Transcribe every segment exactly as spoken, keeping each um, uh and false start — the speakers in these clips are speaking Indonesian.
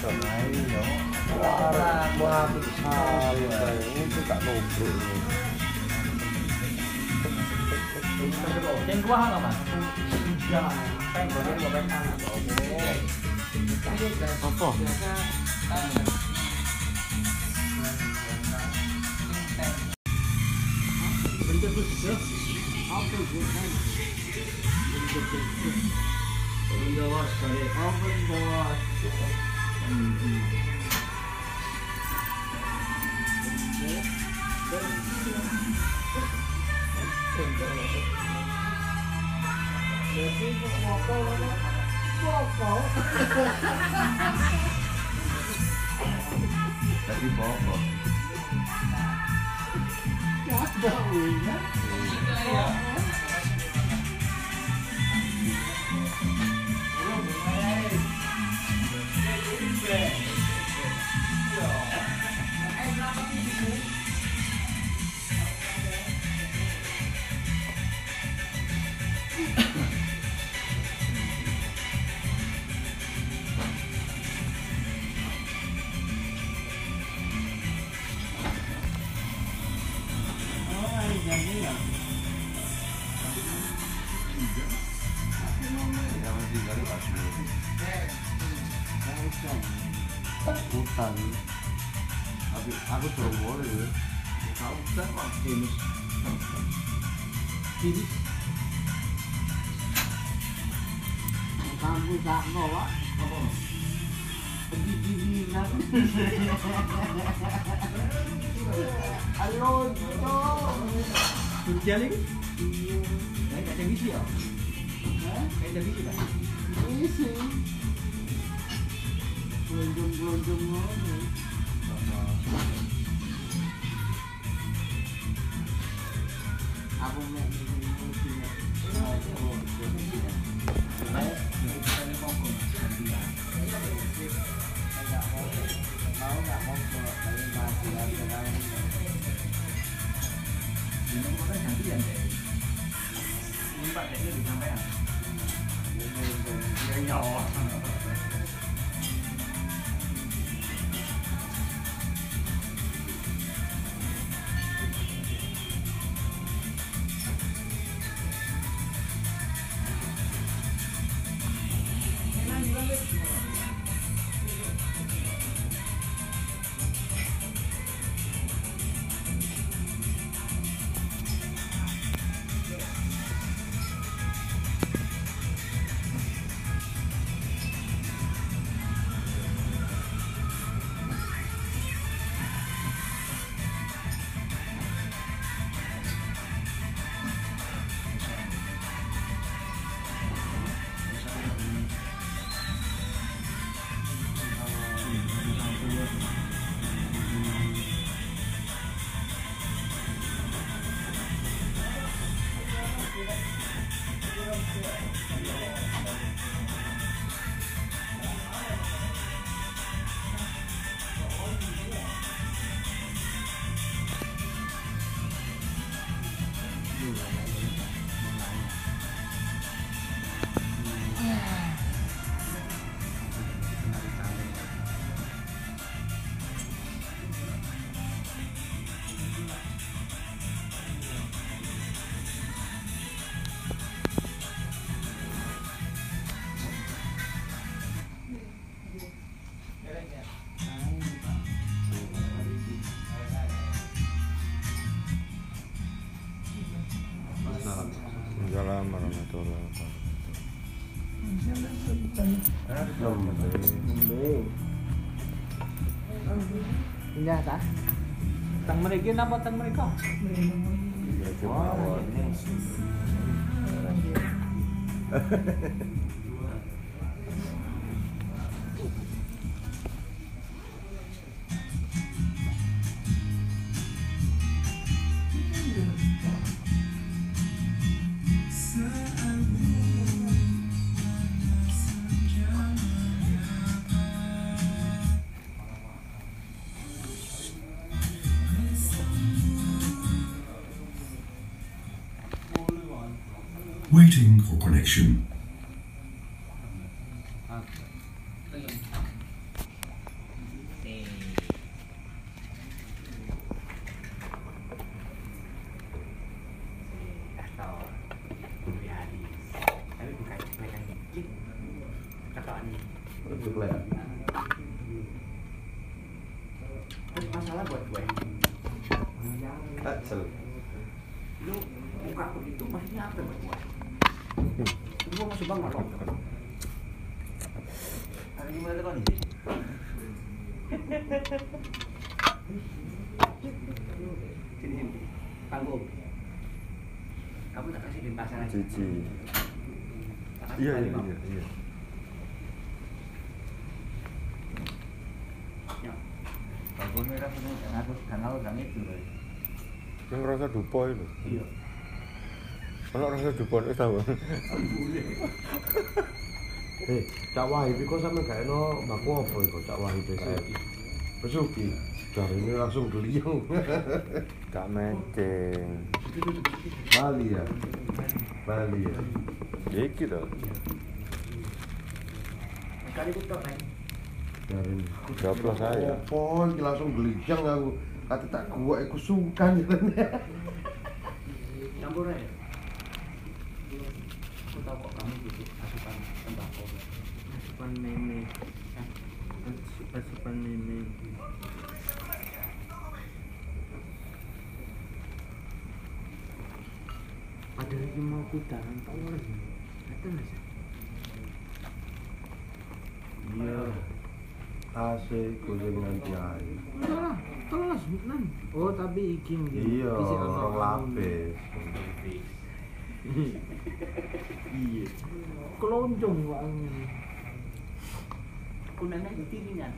Wah, wah, itu tak ngobrol. Trên quá hả bạn? Dạ, cái của em của bên ăn là Apa? bentuk itu. Apa itu? Bentuk itu. Bentuk sorry. Open box. Jadi foto foto. Tapi foto. Ya, baunya. Hutan. Tapi aku terlalu ya. Kau udah kok jenis. Jenis. Kamu tak mau apa? Pendinginan. Halo, itu. Kunci lagi? Iya. Kayak ada visi ya? Kayak ada visi kan? Visi. Gelondong-gelondong ngono. Aku mau Waalaikumsalam warahmatullahi wabarakatuh. Pindah tak? Tang mereka napa tang mereka? Wow. Waiting for connection. masalah buat gue. Tak sel. Lu buka begitu maksudnya apa buat gue? Gue masuk bang apa? Hari gimana kan ini? Sini sini. Panggung. Kamu tak kasih di pasar aja. Cici. Tak kasih Iya kali, iya Bang. iya. iya. Ya. Panggung merah itu kan aku kanal kan itu loh. Yang rasa dupo itu. Iya. Kalau rasa dupo itu tahu. Eh, Cak Wahid kok sampe gak eno mbakku apa iku Cak Wahid iki? Pesuki. Dar ini langsung geliang. Gak matching. Bali ya. Bali ya. Iki to. Kali itu kan. Dar ini. Joplos saya. Apa iki langsung geliang aku. Kata tak gua iku sungkan. Campur aja. Aku tahu kok kamu gitu asupan tembakau. Asupan meme. Asupan meme. Padahal iki mau kudaran tak ngurus. Ada nggak sih? Iya. A C kuwi nganti ae. Salah, kelas bukan. Oh tapi iki nggih. Iya, Isi ono orang lapis. Iya. Keloncong kok angin. Kunana itu ringan.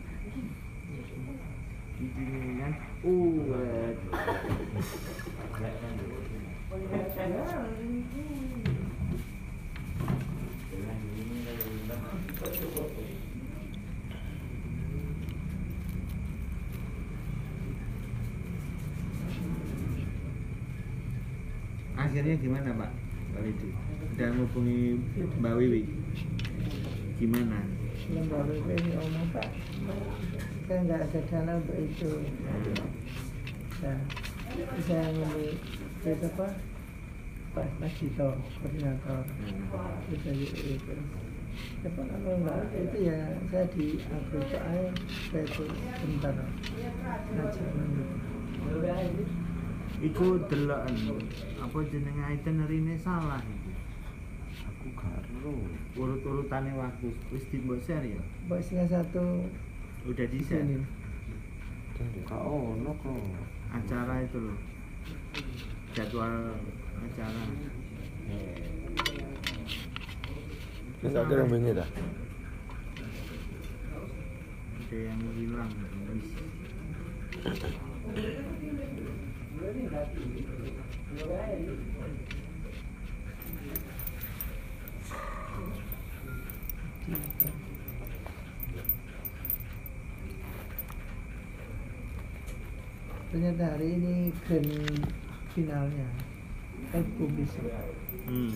Iki kan. Oh, eh. Akhirnya gimana Pak? Kali itu udah menghubungi Mbak Wiwi. Gimana? Mbak Wiwi ngomong Pak, saya nggak ada dana untuk itu. Nah, saya ngomong ke apa? Pak Mas Dito, koordinator. Terus saya itu, apa kalau nggak itu ya saya di Agro aja, saya itu bentar ngajar nanti. Iku deloken apa jenenge itinerary salah iku. Aku gak ero. Urut-urutane waktu wis dimbok share ya. Bosnya satu Udah di di share. sini. Gak ono kok. Acara itu loh. Jadwal acara. Ini tak kira bengi dah. Ada yang hilang. Wis. Ternyata hari ini grand finalnya kan publis ya. Hmm.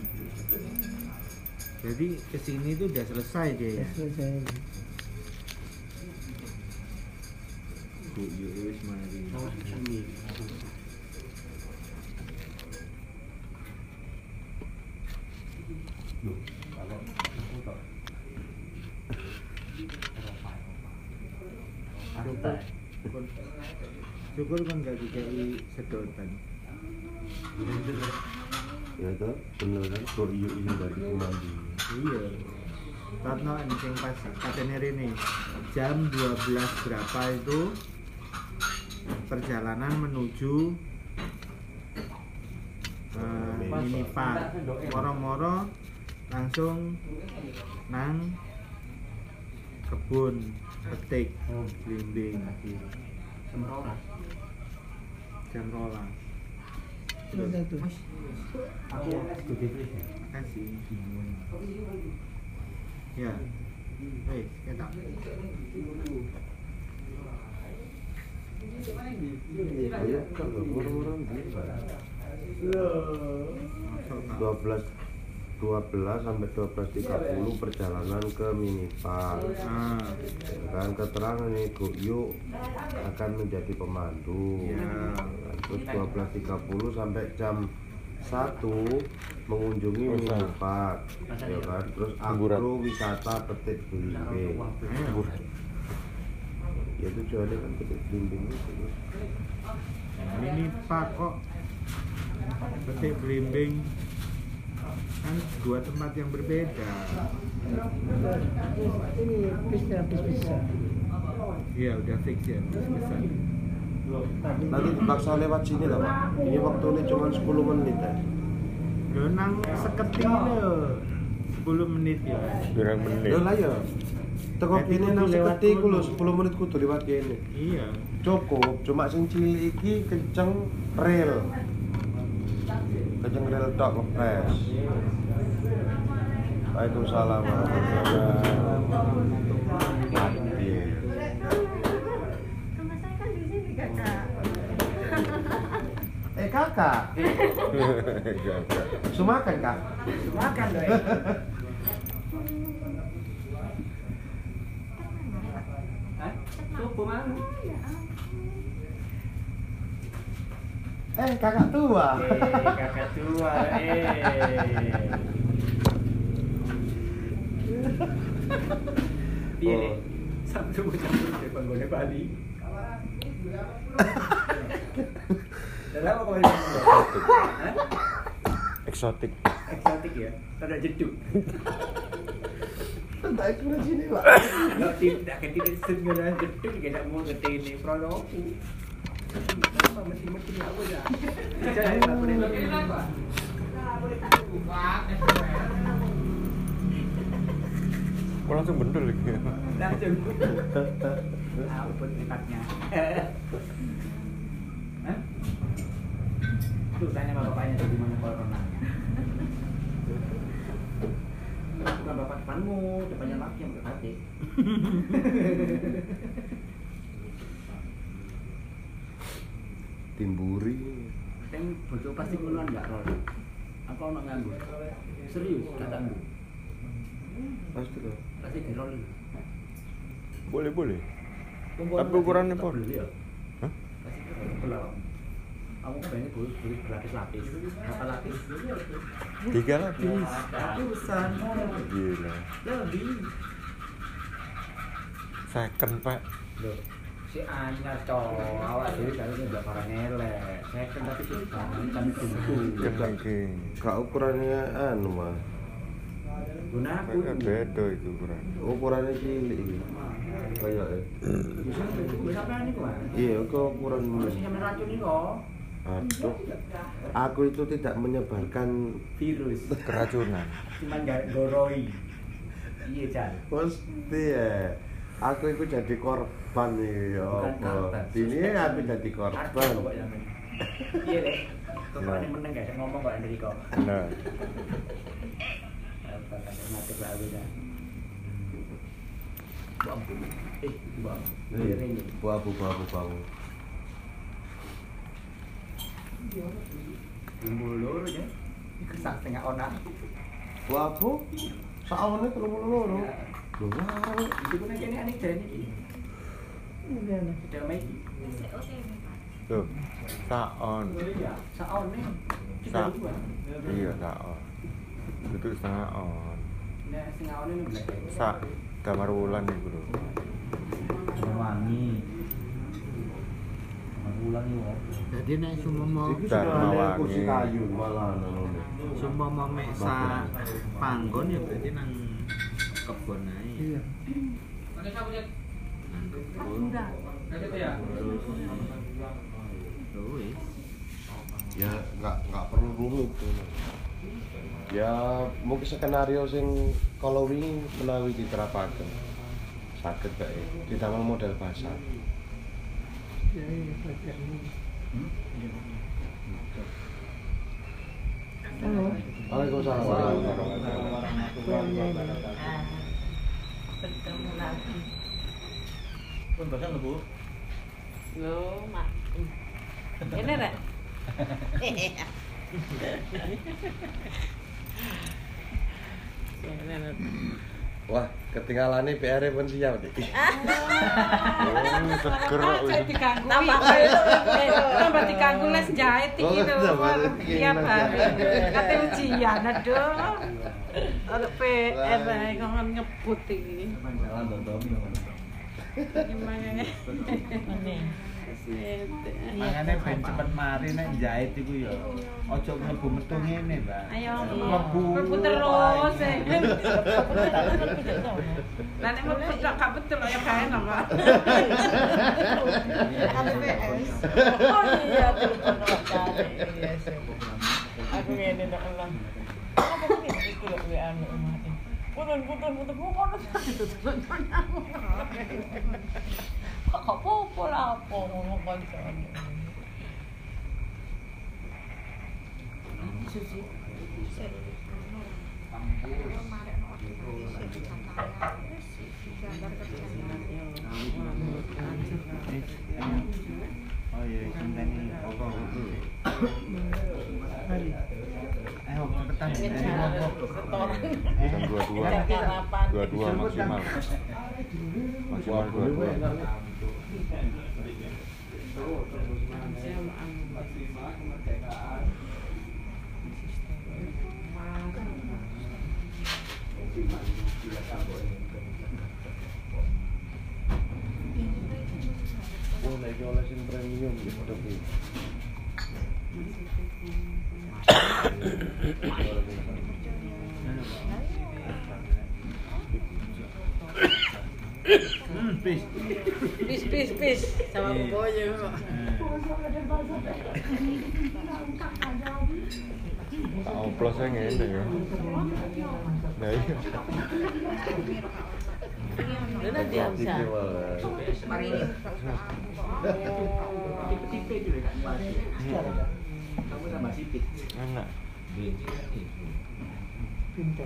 Jadi kesini tuh udah selesai dia ya. Selesai. Bu yuk wis mari. Syukur, syukur kan gak dikai sedotan. Ya toh, bener kan? Kok iyo ini dari Kumandi. Iya. Karena yang pas katanya Rene jam dua belas berapa itu perjalanan menuju uh, minipark moro-moro langsung nang kebun petik blimbing Semrola. jam rolas. Terus satu. Aku studi tulis ya. Makasih. Ya. Hei, kita. Ayo kan orang-orang dua belas dua belas sampai dua belas tiga puluh perjalanan ke minipark. Ah, Kan keterangan nih Goyo akan menjadi pemandu. ya. Terus dua belas tiga puluh sampai jam satu mengunjungi minipark. Ya kan? Terus agro wisata petik blimbing. Ya tujuannya kan petik belimbing itu. Ini Pak kok petik belimbing kan dua tempat yang berbeda. Ini bisnya bis besar. Iya udah fix ya bis besar. Nanti dipaksa lewat sini lah Pak. Ini waktunya cuma sepuluh menit ya. Lo nang seketing lo sepuluh menit ya. Berapa menit? Yo lah ya. Teko Nanti kene kudu nang lewat seketi ku lho kono. sepuluh menit kudu lewat kene. Iya. Cukup, cuma sing cilik iki kenceng rel. Kenceng rel tok ngepres. Waalaikumsalam warahmatullahi wabarakatuh. Iya. Rumah saya kan di sini kakak. Eh kakak, sumakan kak? Makan doi. Hah? Supu mana? Eh kakak tua. Eh, kakak tua, eh. Iya deh. Sabtu campur di panggone Bali. Dalam apa kau ini? Hah? Eksotik. Eksotik ya? Ada jeduk. Tak ikut sini pak. Kalau tidak ketika sebenarnya jeduk tidak mau ke ini produkku. Apa masih mesti aku dah. Jangan tak boleh. Kok langsung bendel lagi? Langsung. Apa tempatnya? Hah? Tuh tanya sama bapaknya tuh gimana coronanya. Bukan bapak depanmu, depannya laki yang berhati. Timburi. Yang bocor pasti keluar nggak roll. Aku mau nganggur. Serius katamu. Pasti loh. Pasti di roll. Boleh boleh. Tapi ukurannya pun. Ya? Hah? Pasti keluar. Kamu kan pengen bulu bulu berlapis-lapis. Berapa lapis? Tiga lapis. Ratusan. Gila. Lebih. Second pak. Loh, si anyar cowok awak dhewe kali ini enggak parah ngelek. Second tapi sih kami tunggu. Kena ke. Kak ukurannya anu mah. Guna aku. Kan beda itu ukuran. Ukurannya cilik iki. Kayak eh. Bisa bisa apa nih kok? Iya, kok ukuran Harus nyampe racun ini kok. Aduh. Aku itu tidak menyebarkan Virus. Keracunan. Cuman enggak goroi. Iya, Chan. Pasti ya. Aku itu jadi korban nih, ya Bukan apa? korban, Ini suspek. aku jadi korban. Arti pokoknya, men. Iya, Lek. Kok Nah. ini meneng guys ngomong kok dari kok. Nah. Apa kata mati lah udah. Bang. Eh, bang. Nih, Ini. babu babu babu. Bumbu loro ya. Iku sak setengah onak. Babu? Saone telung loro. Lho, wow. Itu kan kene anek jane iki. Ini ana. Sudah mai iki. Tuh. Saon. Iya, saone. Sa. Kita dua. Iya saon. Itu setengah on. Nah, sing aone ini blek. Sa. Kamar wulan iku lho. Wangi. Bulan iki kok. Jadi nek sumpama Iki Dan sudah ada mawangi. kursi kayu malah ngono. sumpama mek sa panggon ya berarti nang kebon ae. Iya. Nang kebon. Terus wis. Ya nggak nggak perlu rumit tuh. Ya mungkin skenario sing kalau wingi menawi diterapkan saged bae ditambah model pasar. Ya, iya, pakai ini. Halo. Waalaikumsalam warahmatullahi wabarakatuh. Bertemu lagi. Pun bahasa Bu. Yo, mak. Ini rek. Wah, ketinggalan nih P R pun siap nih. Oh, seger kok. Saya diganggu. Tambah eh, tambah diganggu les jahit iki Oh, lho. tambah Wah, iki tiap les hari. jahit. Kate ujian aduh. Ada P R ae kok ngebut iki. Jalan Tommy. Gimana? Makanya ben cepet mari nek jahit iku ya ojo mlebu metu ngene, Mbak. Ayo, Mlebu mlebu terus. Lah nek mlebu kok gak betul ya gak enak, Pak. P S. Oh iya, telepon wakane. Iya sih. Aku ngene nek Allah. Apa kok iki lho W A anu omah. Putun putun putun putun putun. Kok kok popo lah apa ngomong kancane. Susi. Oh iya, ini apa? Eh, waktu petang ya. Jam dua puluh dua. dua puluh dua maksimal. Maksimal dua puluh dua. Oh, lagi olesin premium di foto ini. Hmm, bis. Pis pis pis sama bobonya kok. Tak oplosnya ngene ya. Nah iya. Udah diam sah. Tipe-tipe juga kan. Kamu sama sipit. Enak. Pinter.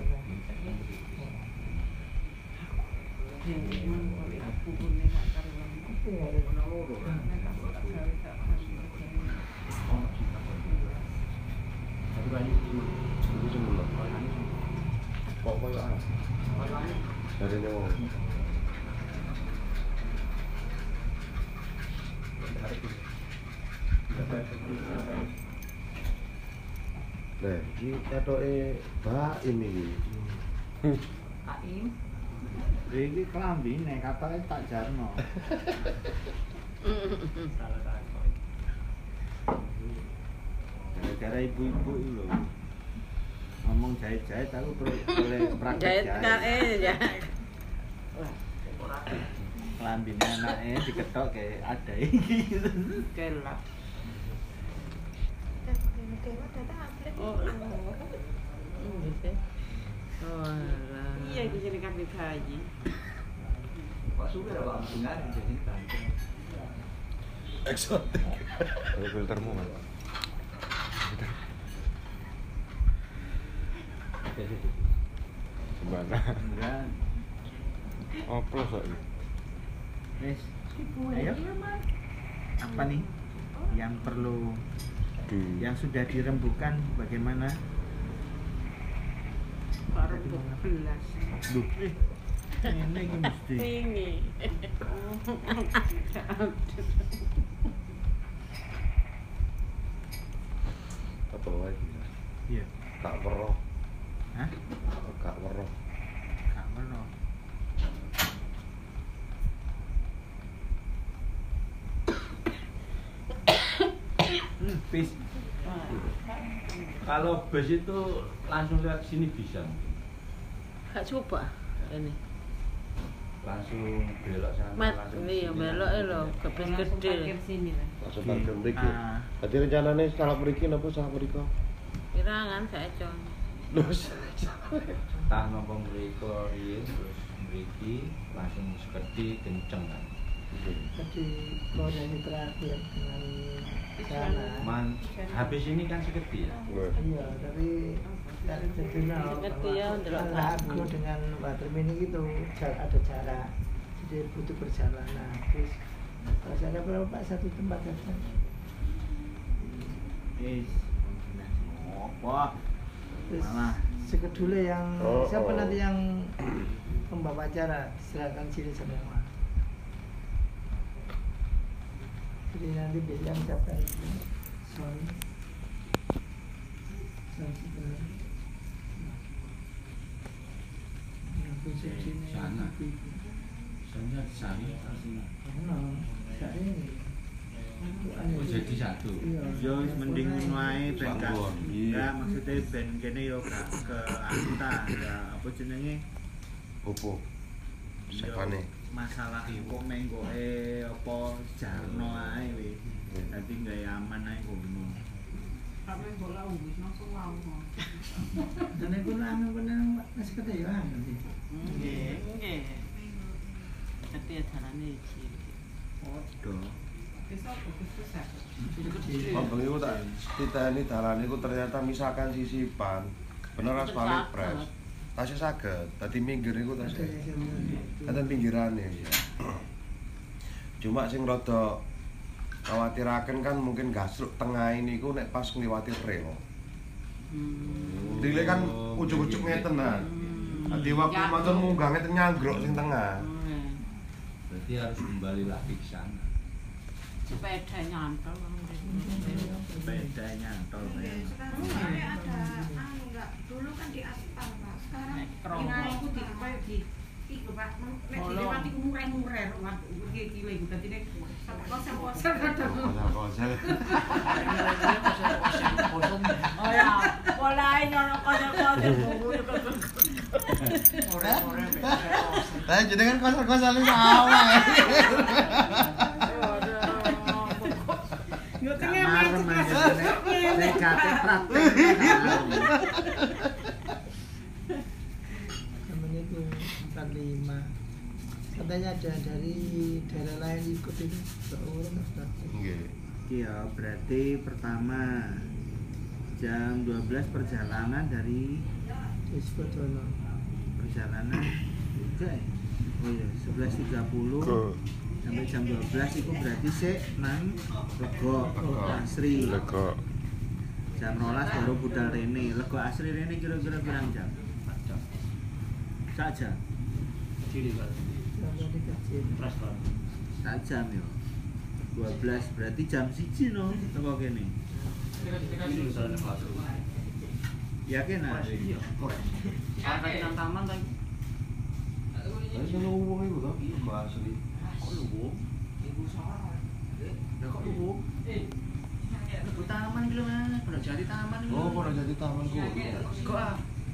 Itu semua. Kok koyo ah. Dari nyawa. Nah, iki katoke Baim iki. Aim. Iki klambine katanya tak jarno. Gara-gara ibu-ibu itu loh. Ngomong jahit-jahit aku boleh praktek Jahit jahit. kan eh ya. Klambine anake diketok kayak ada iki. Kelak. Oh. Iya, iki jenenge kabeh bayi. Pak Sugar apa dengar jadi kan. Eksotik. Ada filtermu kan? Gimana? Enggak. Oplos kok. Wes. Ayo. Apa nih yang perlu Di yang sudah dirembukan bagaimana? Baru belas. Duh, eh, ini iki mesti. Ini. Apa lagi? Iya. Kak weruh. Hah? Kak weruh. Gak ngono. Hmm, bis. Kalau bus itu langsung lewat sini bisa, Gak coba ini. langsung belok sana. Mat, langsung iya sini, belok langsung lho, belok. kebes gede. sini lah. Langsung Di- parkir mriki. ah. Dadi rencanane salah mriki napa salah mriko? Pirangan saya con. Lho, Tah nopo mriko riyen terus mriki langsung sekedhi kenceng kan. Jadi koordinasi terakhir dengan sana. Man, habis ini kan sekedhi ya. Iya, tapi dari jadinya Seperti ya, ndelok aku kamu. dengan Watermini gitu jar- ada jarak, jadi butuh perjalanan. Terus kalau saya berapa Pak satu tempat saja. Wis. Apa? Terus Mana? sekedule yang Oh, siapa oh. nanti yang pembawa acara silakan sini semua. Jadi nanti bilang siapa itu sorry. Sorry. Yang khusus ini Sana. ibu-ibu. Soalnya sari aslinya. Ono. Saiki. Oh, jadi satu. Yo wis mending ngono ae ben gak. Sambon, iya. Enggak maksudnya ben kene yo gak ke anta ya apa jenenge Opo? yo Sepane. masalah kok menggoke apa jarno ae wis. Dadi gawe aman ae ngono. Sampai bola wis langsung mau. Dan aku anu bener masih kata ya nanti. Nggih, nggih. Tapi acarane iki. Podo. Bisa bisa. Bambang iku tak titeni dalan iku ternyata misalkan sisipan bener aspal pres. Tasih saged, dadi minggir iku tasih. Enten pinggirane ya. Cuma sing rada khawatiraken kan mungkin gasruk tengah ini ku nek pas ngliwati rel. Hmm. Dile kan ujug-ujug ngeten nah. Dadi waktu mantun munggah ngeten nyanggrok sing tengah. Berarti harus kembali lagi ke sana. Sepeda nyantol bang. Sepeda nyantol ya. Sekarang soalnya ada anu enggak dulu kan di aspal Pak. Sekarang ini aku di kayak di iku Pak. Nek dilewati mureh-mureh waktu iki iki lho dadi nek kosong-kosong kadang. Kosong-kosong. Oh ya, mulai nyono kosong-kosong. Mureh-mureh. Lah jenengan kosong-kosong sama. Yo tengah Marem aja nek kate praktek. Namanya itu empat lima. Katanya ada dari daerah lain ikut ini seorang praktek. Nggih. Iki ya berarti pertama jam dua belas perjalanan dari Dispotono. perjalanan juga ya. Oh iya, sebelas tiga puluh sampai jam dua belas itu berarti sik nang Lego Asri. Lego. Jam rolas baru budal rene. Lego Asri rene kira-kira pirang jam? Sak jam. Sama dikasih. Sak jam yo. dua belas berarti jam siji no teko kene. Yakin ah? Ada nang taman kan. Lah sing ngomong iku to, Lego Asri. Kok lu? Ibu salah. Lah kok lu? Lebu taman iki lho, Mas. Pondok Jati taman iki. Oh, Pondok Jati taman ku. Kok ah?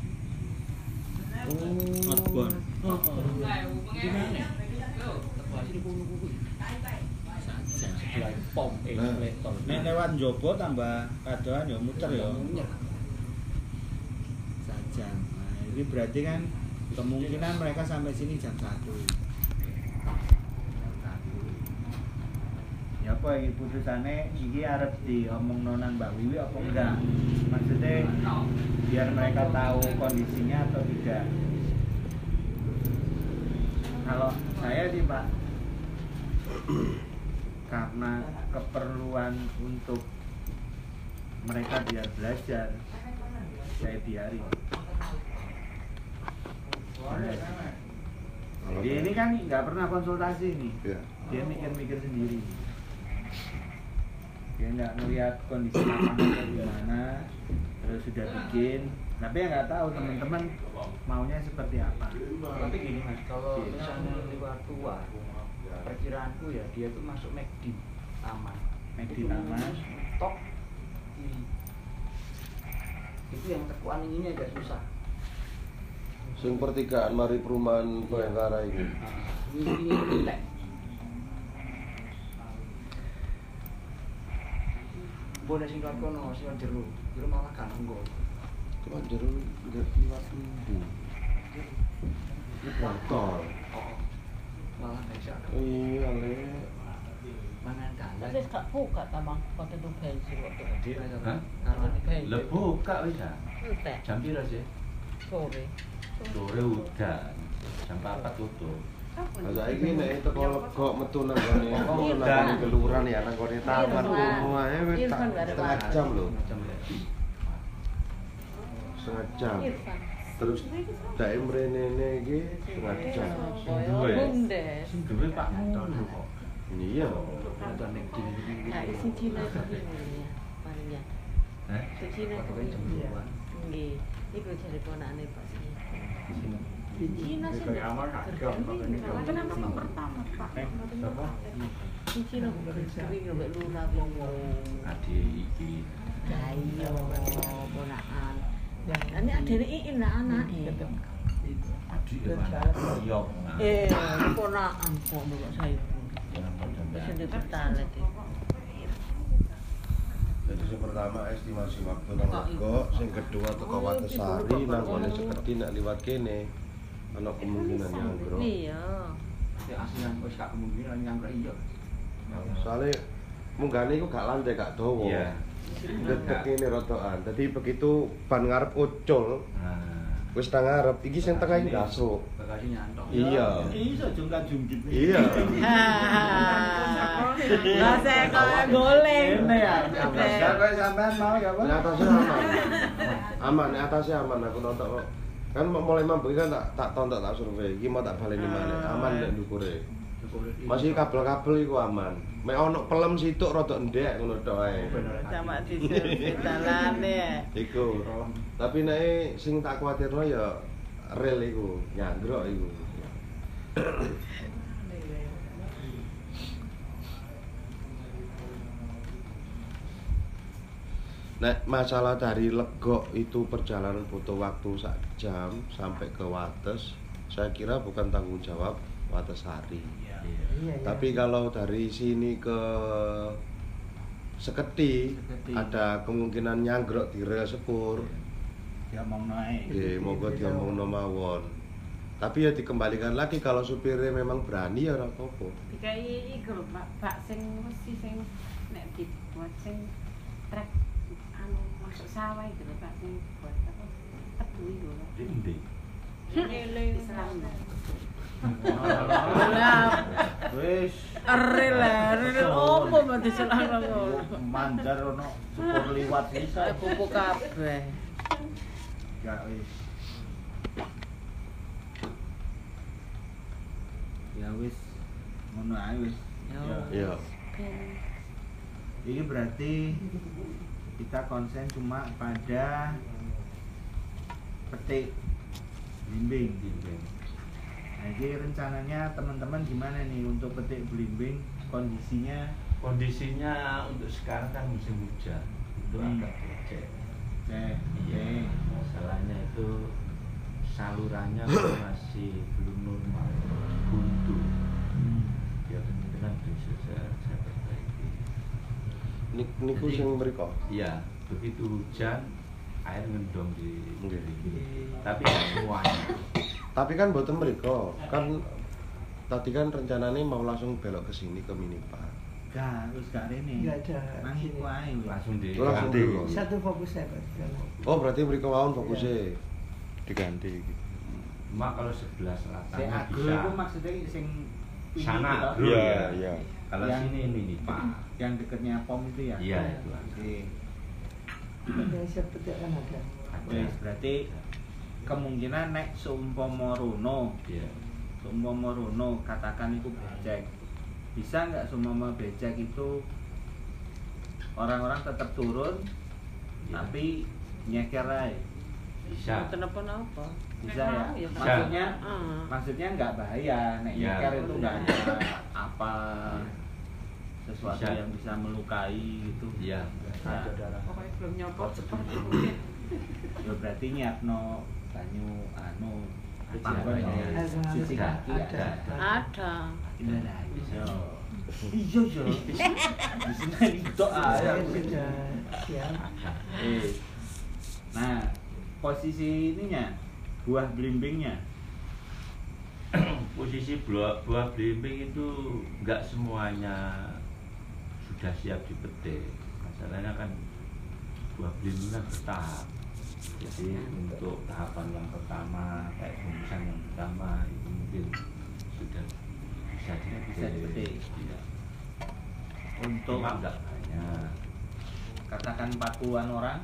Oh. Outbound. Di mana? Lebu asli kono kuwi. Sebelah pom eh Nah. leton. Nek lewat njobo tambah kadoan ya muter ya. Saja. Nah, ini berarti kan kemungkinan mereka sampai sini jam satu. Ya apa iki putusane iki arep diomong nonan Mbak Wiwi apa enggak? Maksudnya biar mereka tahu kondisinya atau tidak. Kalau saya sih Pak, karena keperluan untuk mereka biar belajar, saya biarin. Jadi ini kan nggak pernah konsultasi nih, Iya. dia mikir-mikir sendiri. Dia nggak ngeliat kondisi lapangan gimana, terus sudah bikin. Tapi ya nggak tahu teman-teman maunya seperti apa. Tapi gini Mas, kalau misalnya lewat tua, perkiraanku ya dia tuh masuk McD taman. McD taman. Tok kiri. Itu yang tekuan ini agak susah. Sing pertigaan mari perumahan Bayangkara iki. Ini ini relax. Boleh sing liwat kono, sing jero. Jero malah kan engko. Tuan jero nggak liwat minggu. Ini kotor. Malah bisa. Iya, le. Mangan kalah. Tapi gak buka tamang kok itu bensin waktu itu. Dia Hah? karena Bensin. le buka wis ah. Entek Jam pira sih? sore. Sore udan. Jam empat tutup. Lah saiki nek teko Lego metu nang gone metu nang gone kelurahan ya nang gone taman ngono ae wis tak setengah jam lho. Jam lebih. Setengah jam. Irfan. Terus dae mrenene iki setengah jam. Duwe. Bumdes. Sing duwe Pak Motor kok. Iya. Ada nek di Nah, isi Cina iki ya, paling ya. Eh? Si Cina Pakai jam iki. dua. Nggih, iku jare ponakane Pak Sini. Di Cina sih. Kenapa yang pertama Pak? Di Cina sering nggak lurah ngomong. Adik iki. Ya iya, ponakan. Ini ada iin lah anak eh. Adik mana? Iya. Eh, ponakan kok mbok saya. Bisa dipertalat. Jadi yang pertama estimasi waktu nang Rego, sing kedua teko Watesari nang kene Sekedhi nek liwat kene. Ana kemungkinan nyangkruk. Iya. Ya asinan wis gak kemungkinan nyangkruk iya. Soale munggane iku gak landai gak dawa. Iya. Dedek kene rotokan. Dadi begitu ban ngarep ucul, Nah, wis nang ngarep iki sing tengah iki ndasuk. bagasi nyantok. Iya. Iso jungkat jungkit. Iya. Lah saya kok goleng. Ini ya. Ya kok sampean mau ya, Bang? Nek atasnya aman. Aman, nek atasnya aman aku nonton kok. Kan mulai mampu kan tak tak tonton tak survei. Iki mau tak baleni maneh. Aman nek ndukure. Masih kabel-kabel iku aman. Mek ono pelem situk rada ndek ngono tok ae. Sama di dalane. Iku. Tapi nek sing tak kuwatirno ya rel iku, nyangrok iku. Nek masalah dari Legok itu perjalanan butuh waktu sak jam sampai ke Wates, saya kira bukan tanggung jawab Watesari. Iya, iya. Tapi kalau dari sini ke Sekedhi Sekedhi. ada kemungkinan nyanggrok di rel sepur. Ya mau naik. Nggih, monggo diomongno mawon. Tapi ya dikembalikan lagi kalau supirnya memang berani ya ora apa-apa. Dikai iku lho, Pak, bak sing mesti sing nek dibuat sing trek anu masuk sawah itu lho, Pak, sing buat apa? Tebu itu lho. Di endi? Eling Islam. Wis Eril eril opo mau diselahno ngono. mandar ono sepur liwat bisa. Saya pupuk kabeh. Ya wis. Ya wis ngono ae wis. Ya. Iya. Ini berarti kita konsen cuma pada petik blimbing. Nah, jadi rencananya teman-teman gimana nih untuk petik blimbing kondisinya? Kondisinya untuk sekarang kan musim hujan. Itu Hmm. agak becek. Oke, Iya. Masalahnya itu salurannya masih belum normal, buntu. Ya kemungkinan bisa saya, saya perbaiki. Nik niku Jadi- sing mriko. Iya, begitu hujan air ngendong di Nggih. tapi nggak semuanya. Tapi kan mboten mriko. Kan tadi kan rencananya mau langsung belok ke sini ke Minipark. Gak, terus gak rene. Enggak ada. Nang iku ae wis. Langsung di Oh, langsung ganti. dulu. Satu fokus saya Pak. Jalan. Oh, berarti mriko mawon fokusnya. Diganti gitu. Cuma kalau sebelah Sing selatannya agro bisa. itu maksudnya sing ini Sana gitu, agro Iya, ya. iya. Kalau Yang- sini ini nih Pak. yang deketnya pom itu ya. Iya itu. Oke. Yang saya petik kan ada. Wis, berarti kemungkinan nek seumpama rono, Iya. seumpama rono katakan itu becek. Bisa nggak seumpama becek itu orang-orang tetap turun Iya. tapi nyeker aja. Bisa. Kenapa napa? Bisa ya? Iya, Pak. Maksudnya Heeh. maksudnya nggak bahaya, nek Iya, nyeker itu betul. nggak ada apa sesuatu Bisa. yang bisa melukai gitu. Iya. Nah, Pokoknya belum nyopot seperti mungkin. ya berarti nyiapno banyu anu Panggon ya. cuci kaki Ada. ada. Ada. Iya lah, iya. Iya iya. Di sini itu Saya aja. sudah siap. Eh. Nah, posisi ininya buah blimbingnya. Posisi buah, buah belimbing itu nggak semuanya sudah siap dipetik. Masalahnya kan buah belimbing kan bertahap. Jadi untuk tahapan yang pertama kayak bungkusan yang pertama itu mungkin sudah bisa dipetik. Bisa dipetik. Iya. Untuk Cuma nggak banyak. katakan empat puluhan orang.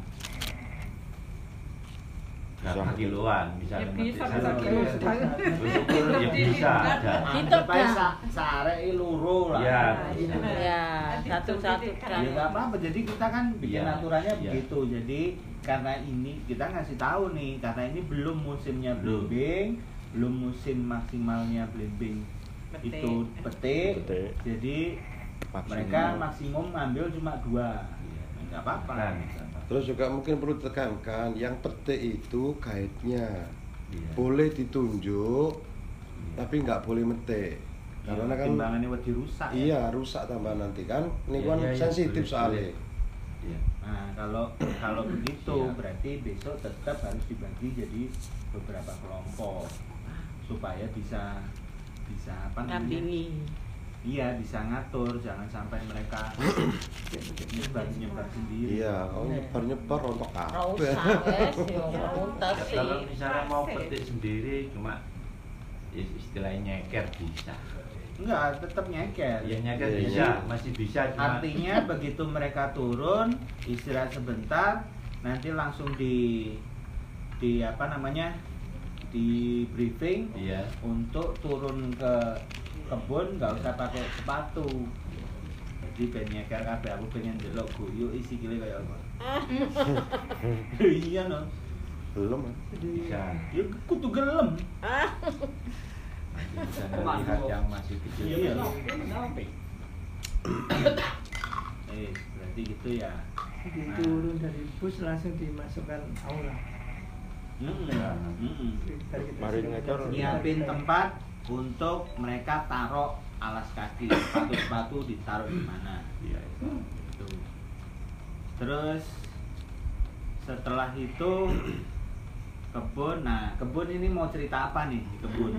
Berapa kiloan bisa Ya memetik bisa, satu bisa kilo. kilo setengah. Bersyukur ya bisa ada. Itu Anggap aja dah. sa sareke loro lah. Iya. Iya. Ya, satu-satu Ya kan. nggak apa-apa, jadi kita kan bikin Iya, aturannya iya. begitu. Jadi karena ini kita ngasih tahu nih, karena ini belum musimnya Belum. blimbing, belum musim maksimalnya blimbing Petik. itu petik, Petik. jadi Maksimum. mereka maksimum ngambil cuma dua, Iya. nggak apa-apa. Kan. Terus juga mungkin perlu ditekankan yang petik itu kaitnya Iya. boleh ditunjuk Iya. tapi nggak boleh metik. Karena kan timbangannya wedi rusak. ya. iya rusak tambah nanti kan. Ini Iya, kan iya, iya, sensitif boleh, soalnya. boleh. Iya. Nah kalau kalau begitu Iya. berarti besok tetap harus dibagi jadi beberapa kelompok supaya bisa bisa apa namanya? Nampingi. Iya bisa ngatur, jangan sampai mereka nyebar nyebar sendiri. Iya, kalau nyebar nyebar untuk Ora apa? usah wes yo untas Ya, sih. kalau misalnya mau petik sendiri cuma ya, istilahnya nyeker bisa. Enggak, tetap nyeker. Ya nyeker Iya, bisa, iya. masih bisa cuma Artinya begitu mereka turun, istirahat sebentar, nanti langsung di di apa namanya? Di briefing iya. untuk turun ke kebun nggak usah pakai sepatu. Jadi ben nyeker kabeh aku pengen delok guyu isi gile kayak apa. Iya no. Belum. kan? Bisa. Ya kudu gelem. Masih bisa melihat yang masih kecil. Iya. Eh, berarti gitu ya. Jadi turun dari bus langsung dimasukkan aula. Mm-mm. Ya. Mm-mm. Dari kita Mari sudah ngecor. menyaksikan Nyiapin kita- tempat untuk mereka taruh alas kaki, sepatu-sepatu ditaruh di mana. Iya. Gitu. Terus setelah itu kebun, nah kebun ini mau cerita apa nih di kebun?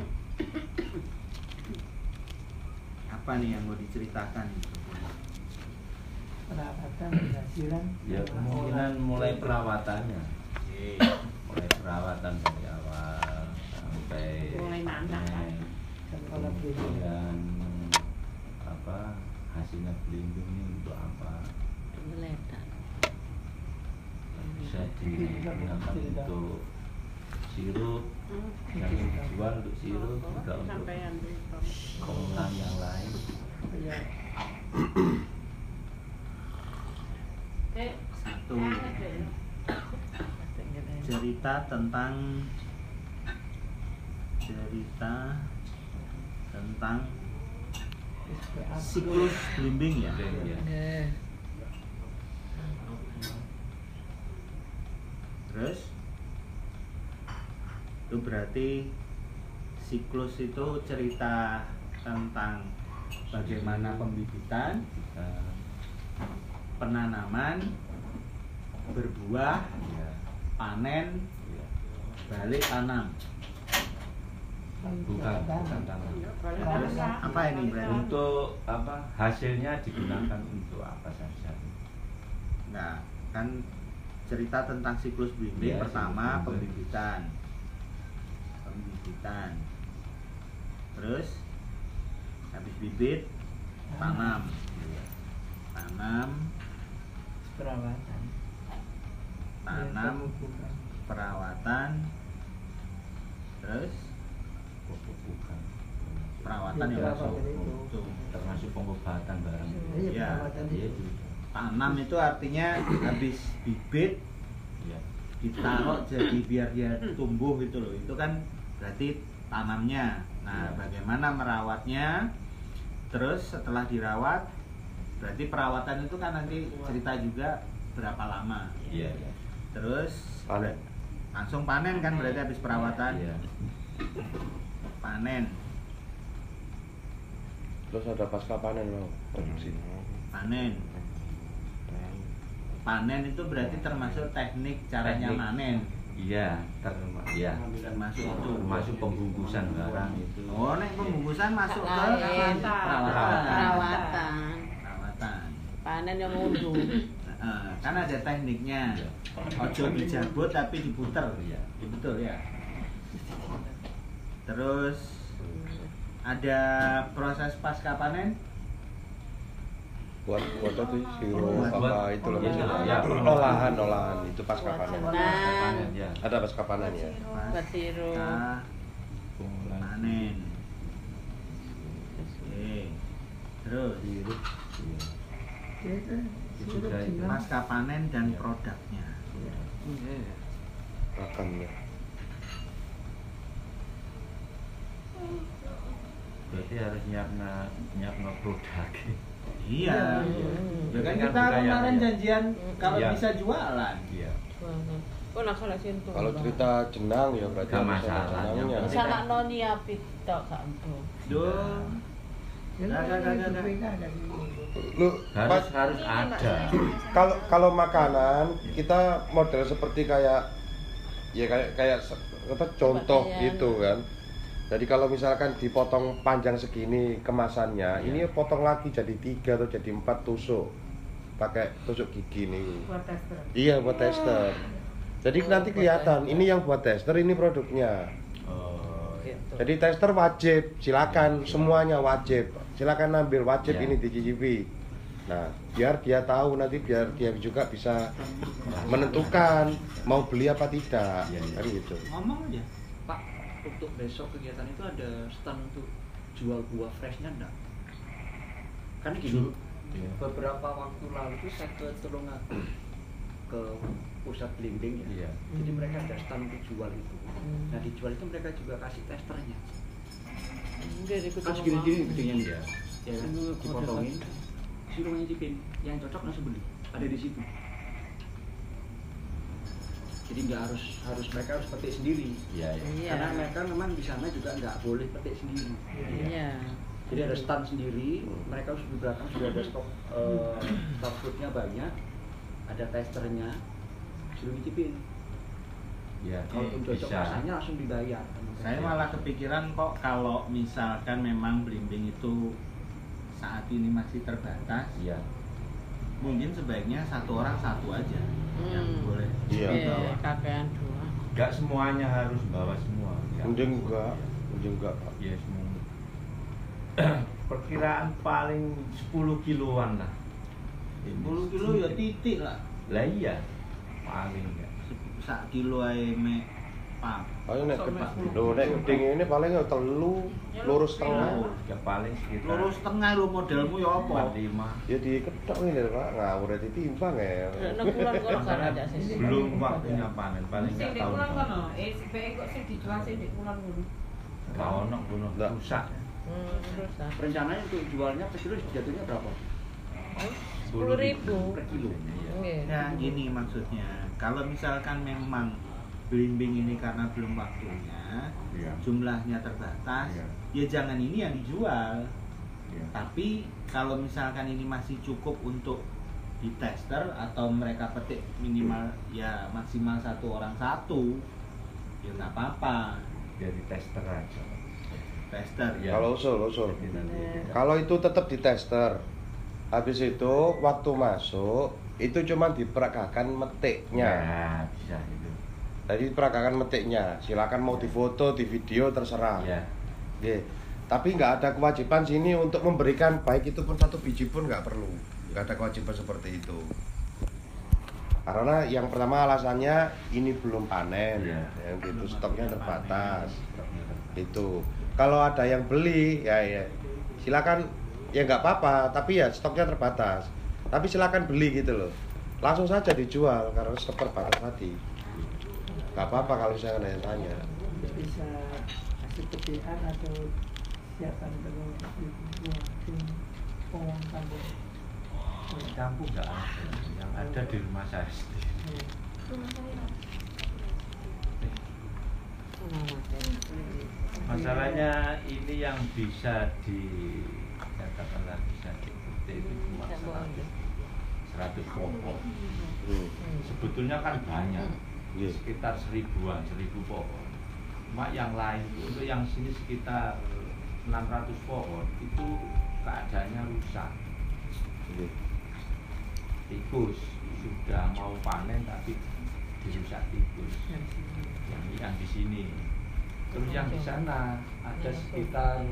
Apa nih yang mau diceritakan di kebun? perawatan penghasilan. Ya kemungkinan mulai perawatannya, Oke. mulai perawatan dari awal sampai Mulai nanak. panen. Dan kalau beli Kemudian apa hasilnya belimbing ini untuk apa? Penggeletan. Bisa digunakan untuk sirup, yang dijual untuk sirup, juga untuk Sampean itu. penggunaan yang lain. ya, Eh, Satu Penggeletan. cerita tentang cerita tentang S P A. siklus belimbing ya. Ya. Eh, Terus itu berarti siklus itu cerita tentang bagaimana pembibitan, Kita penanaman, berbuah, ya, panen, ya. balik tanam. bukan bukan tanam. Terus apa ini berarti? Untuk apa hasilnya digunakan untuk apa saja? Nah, kan cerita tentang siklus belimbing Iya, pertama siklus belimbing. pembibitan. Pembibitan. Terus habis bibit tanam. Tanam, perawatan. tanam, Ya, pemupukan. perawatan. Terus Bukan. perawatan Ya, ya masuk. perawatan itu. Tuh. Termasuk pengobatan barang. Iya, Iya, perawatan Iya itu. juga. Tanam itu artinya habis bibit Iya. ditaruh jadi biar dia tumbuh gitu loh. Itu kan berarti tanamnya. Nah, Ya. bagaimana merawatnya? Terus setelah dirawat, berarti perawatan itu kan nanti cerita juga berapa lama. Iya. Iya. Terus Panen. langsung panen kan berarti habis perawatan. Iya. Panen, Terus ada pasca panen mau produksi. panen. Panen itu berarti termasuk teknik caranya Teknik. manen. Iya, terma ya. Termasuk itu. Termasuk pembungkusan barang itu. Oh, nek pembungkusan masuk ke Lain. perawatan. Perawatan. Perawatan. Panen yang ngunduh. Heeh, kan ada tekniknya. Iya. Ojo dijabut tapi diputer. Iya. Ya, betul ya. Terus ada proses pasca panen. Buat buat apa sih sirup Buat- apa buat- itu loh iya, maksudnya. iya. olahan olahan itu pasca Buat panen. senang. Panen, ya. Ada pasca panen ya. Buat sirup. Pasca Pengolahan panen. Oke. Terus sirup. Iya. Ya, itu Itu sirup juga itu. jenang. pasca panen dan Iya. produknya. Makannya. Berarti harus nyiapna nyiapna produk. Iya. Hmm. Ya kan Kan kita budaya, kemarin ya. janjian kalau Iya. bisa jualan. Iya. Oh, nak salah sentuh. Kalau cerita jenang ya berarti Gak harus ada masalah, jenangnya. yang bisa nak noni api tok gak entuk. Duh. Ini Gak, gak, gak, gak. tapi nggak ada di Lu Harus Pak, harus ada. kalau kalau makanan kita model seperti kayak ya kayak kayak se- apa contoh Pakaian. gitu kan. Jadi kalau misalkan dipotong panjang segini kemasannya, Iya. ini potong lagi jadi tiga atau jadi empat tusuk, pakai tusuk gigi nih. Buat tester. Iya buat tester. Jadi Oh, nanti buat kelihatan tester. ini yang buat tester, ini produknya. Oh, Gitu. Jadi tester wajib, silakan semuanya wajib. Silakan ambil wajib Iya. ini dicicipi. Nah, biar dia tahu nanti biar dia juga bisa menentukan mau beli apa tidak. Iya, iya. Kan gitu. Ngomong aja. Pak, untuk besok kegiatan itu ada stand untuk jual buah freshnya enggak? Kan gini, Iya. beberapa waktu lalu itu saya ke Tulungagung ke pusat blimbing ya. Iya. Jadi mereka ada stand untuk jual itu. Nah dijual itu mereka juga kasih testernya. Enggak ikut Kan segini-gini gedenya nih. Iya. Ya kan, dipotongin, suruh ngicipin, yang cocok langsung beli. Ada di situ. Jadi nggak harus harus mereka harus petik sendiri. Iya, iya. Iya. Karena mereka memang di sana juga nggak boleh petik sendiri. Iya. Jadi ada stand sendiri, mereka harus di belakang sudah ada stok eh, stok foodnya banyak, ada testernya, suruh ngicipin. Iya, Kalau ini cocok bisa. rasanya langsung dibayar. Saya malah kepikiran kok kalau misalkan memang blimbing itu saat ini masih terbatas, Iya. mungkin sebaiknya satu orang satu aja yang Hmm. boleh Iya. dibawa. Kakean dua. Enggak semuanya harus bawa semua. Nggak. Mungkin enggak, mungkin enggak. Pak. Iya, semua. Perkiraan paling sepuluh kiloan lah. sepuluh kilo ya titik lah. Lah iya. Paling enggak. Sak kilo ae mek pam. Ayo nek Sampai gede, sepuluh. lho nek gedeng ini paling ya telu, lurus setengah. Ya paling sekitar Lurus setengah lo modelmu ya empat apa? lima. Ya diketok ini lho, Pak, ngawur ditimbang ya. Nek kulon kono kan ada sih. Belum waktunya panen, paling Sing enggak di tahun. kulon kono, eh sebae kok sing dijual sing di kulon ngono. Enggak ono gunung Nggak. rusak. Hmm, terus ah. Rencananya untuk jualnya per kilo jatuhnya berapa? Sepuluh ribu. Per kilo. Iya. Ya gini maksudnya, kalau misalkan memang blimbing ini karena belum waktunya, Iya. jumlahnya terbatas, Iya. ya jangan ini yang dijual. Iya. Tapi kalau misalkan ini masih cukup untuk di tester atau mereka petik minimal ya maksimal satu orang satu, ya nggak apa-apa. Jadi tester aja. Tester Iya. Kalau usul, usul. Jadi nanti- Kalau itu tetap di tester. Habis itu waktu masuk itu cuma diperagakan metiknya. Ya, bisa itu. Jadi peragakan metiknya. Silakan mau difoto, di video terserah. Ya. Oke. Tapi nggak ada kewajiban sini untuk memberikan baik itu pun satu biji pun nggak perlu. Nggak ada kewajiban seperti itu. Karena yang pertama alasannya ini belum panen, Iya. yang itu Belum stoknya ada terbatas. panen. Itu. Kalau ada yang beli, ya ya silakan, ya nggak apa-apa. Tapi ya stoknya terbatas. Tapi silakan beli gitu loh. Langsung saja dijual karena stok terbatas tadi. Nggak apa-apa kalau misalnya ada yang tanya. bisa kasih petikan atau siapkan terus mungkin pohon kampung. Di kampung nggak ada, yang ada di rumah saya sendiri. Masalahnya ini yang bisa di katakanlah bisa dipetik itu cuma seratus seratus pokok. Hmm. Sebetulnya kan banyak, Iya. sekitar seribuan, seribu pohon. Cuma yang lain itu untuk yang sini sekitar enam ratus pohon itu keadaannya rusak. Iya. Tikus sudah mau panen tapi dirusak tikus. Yang yang di sini. Terus yang di sana ada sekitar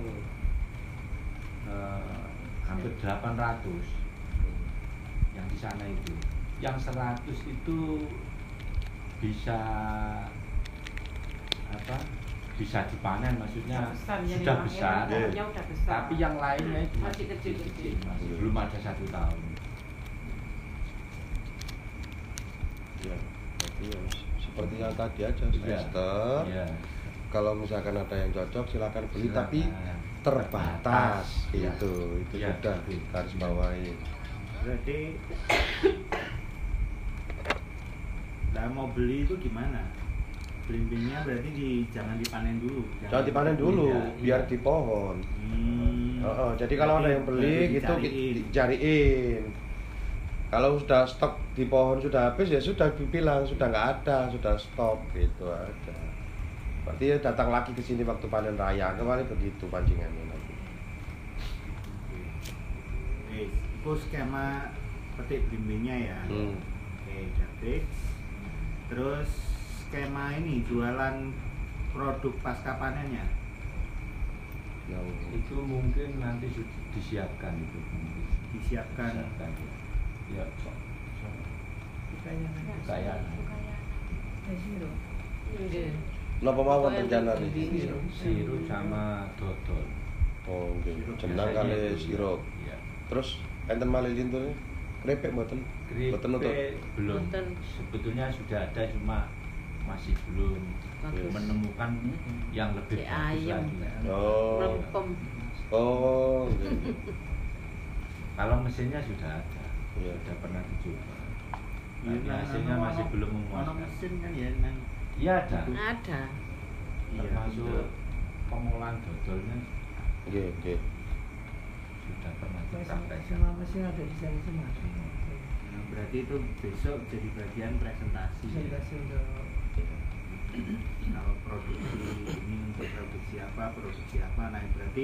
eh, hampir delapan ratus yang di sana itu. Yang seratus itu bisa apa? Bisa dipanen, maksudnya Besar, ya, sudah memang besar. ya, pohonnya udah besar. Tapi yang lainnya itu Masih kecil-kecil. masih belum ada satu tahun. Ya, berarti ya seperti yang tadi aja, Iya. tester. Iya. kalau misalkan ada yang cocok silakan beli, Silakan. tapi terbatas Ya. itu itu Ya. sudah garis bawahi. Berarti nah mau beli itu gimana? Belimbingnya berarti di, jangan dipanen dulu. Jangan dipanen dulu, Iya, biar iya. di pohon. Hmm. Oh, oh, jadi kalau ada yang beli gitu dicariin. dicariin. Kalau sudah stok di pohon sudah habis ya sudah dibilang sudah nggak ada, sudah stop gitu aja. Berarti ya datang lagi ke sini waktu panen raya kemarin begitu pancingannya nanti. Wis, itu skema petik belimbingnya ya. Hmm. Oke, jadi terus skema ini jualan produk pasca panennya. Yang Itu mungkin nanti sudah disiapkan itu. Disiapkan. Disiapkan. Ya, so, so, Bukannya kayak Siro. Nggih. napa mawon rencana nih? sirup sama dodol. Oh, nggih. Jenang kali sirup. Ya. Terus enten malih lintune krepek mboten? Mboten nutut. Keripik belum. Mboten. Sebetulnya sudah ada cuma masih belum Bagus. menemukan yang lebih Kayak bagus ayam. lagi. Oh. Mlempem. Oh, nggih. Kalau mesinnya sudah ada, Iya. sudah pernah dicoba. Iya, Tapi nah, hasilnya ono- masih belum ono memuaskan. mesin kan ya nang. Iya ada, Ada. Iya, termasuk betul. pengolahan dodolnya Nggih, nggih. sudah pernah Semua dipraktekkan. mesin ada di sana semua. Nah, berarti itu besok jadi bagian presentasi. ya. Presentasi untuk Kalau produksi ini untuk produksi apa, produksi apa. Nah, berarti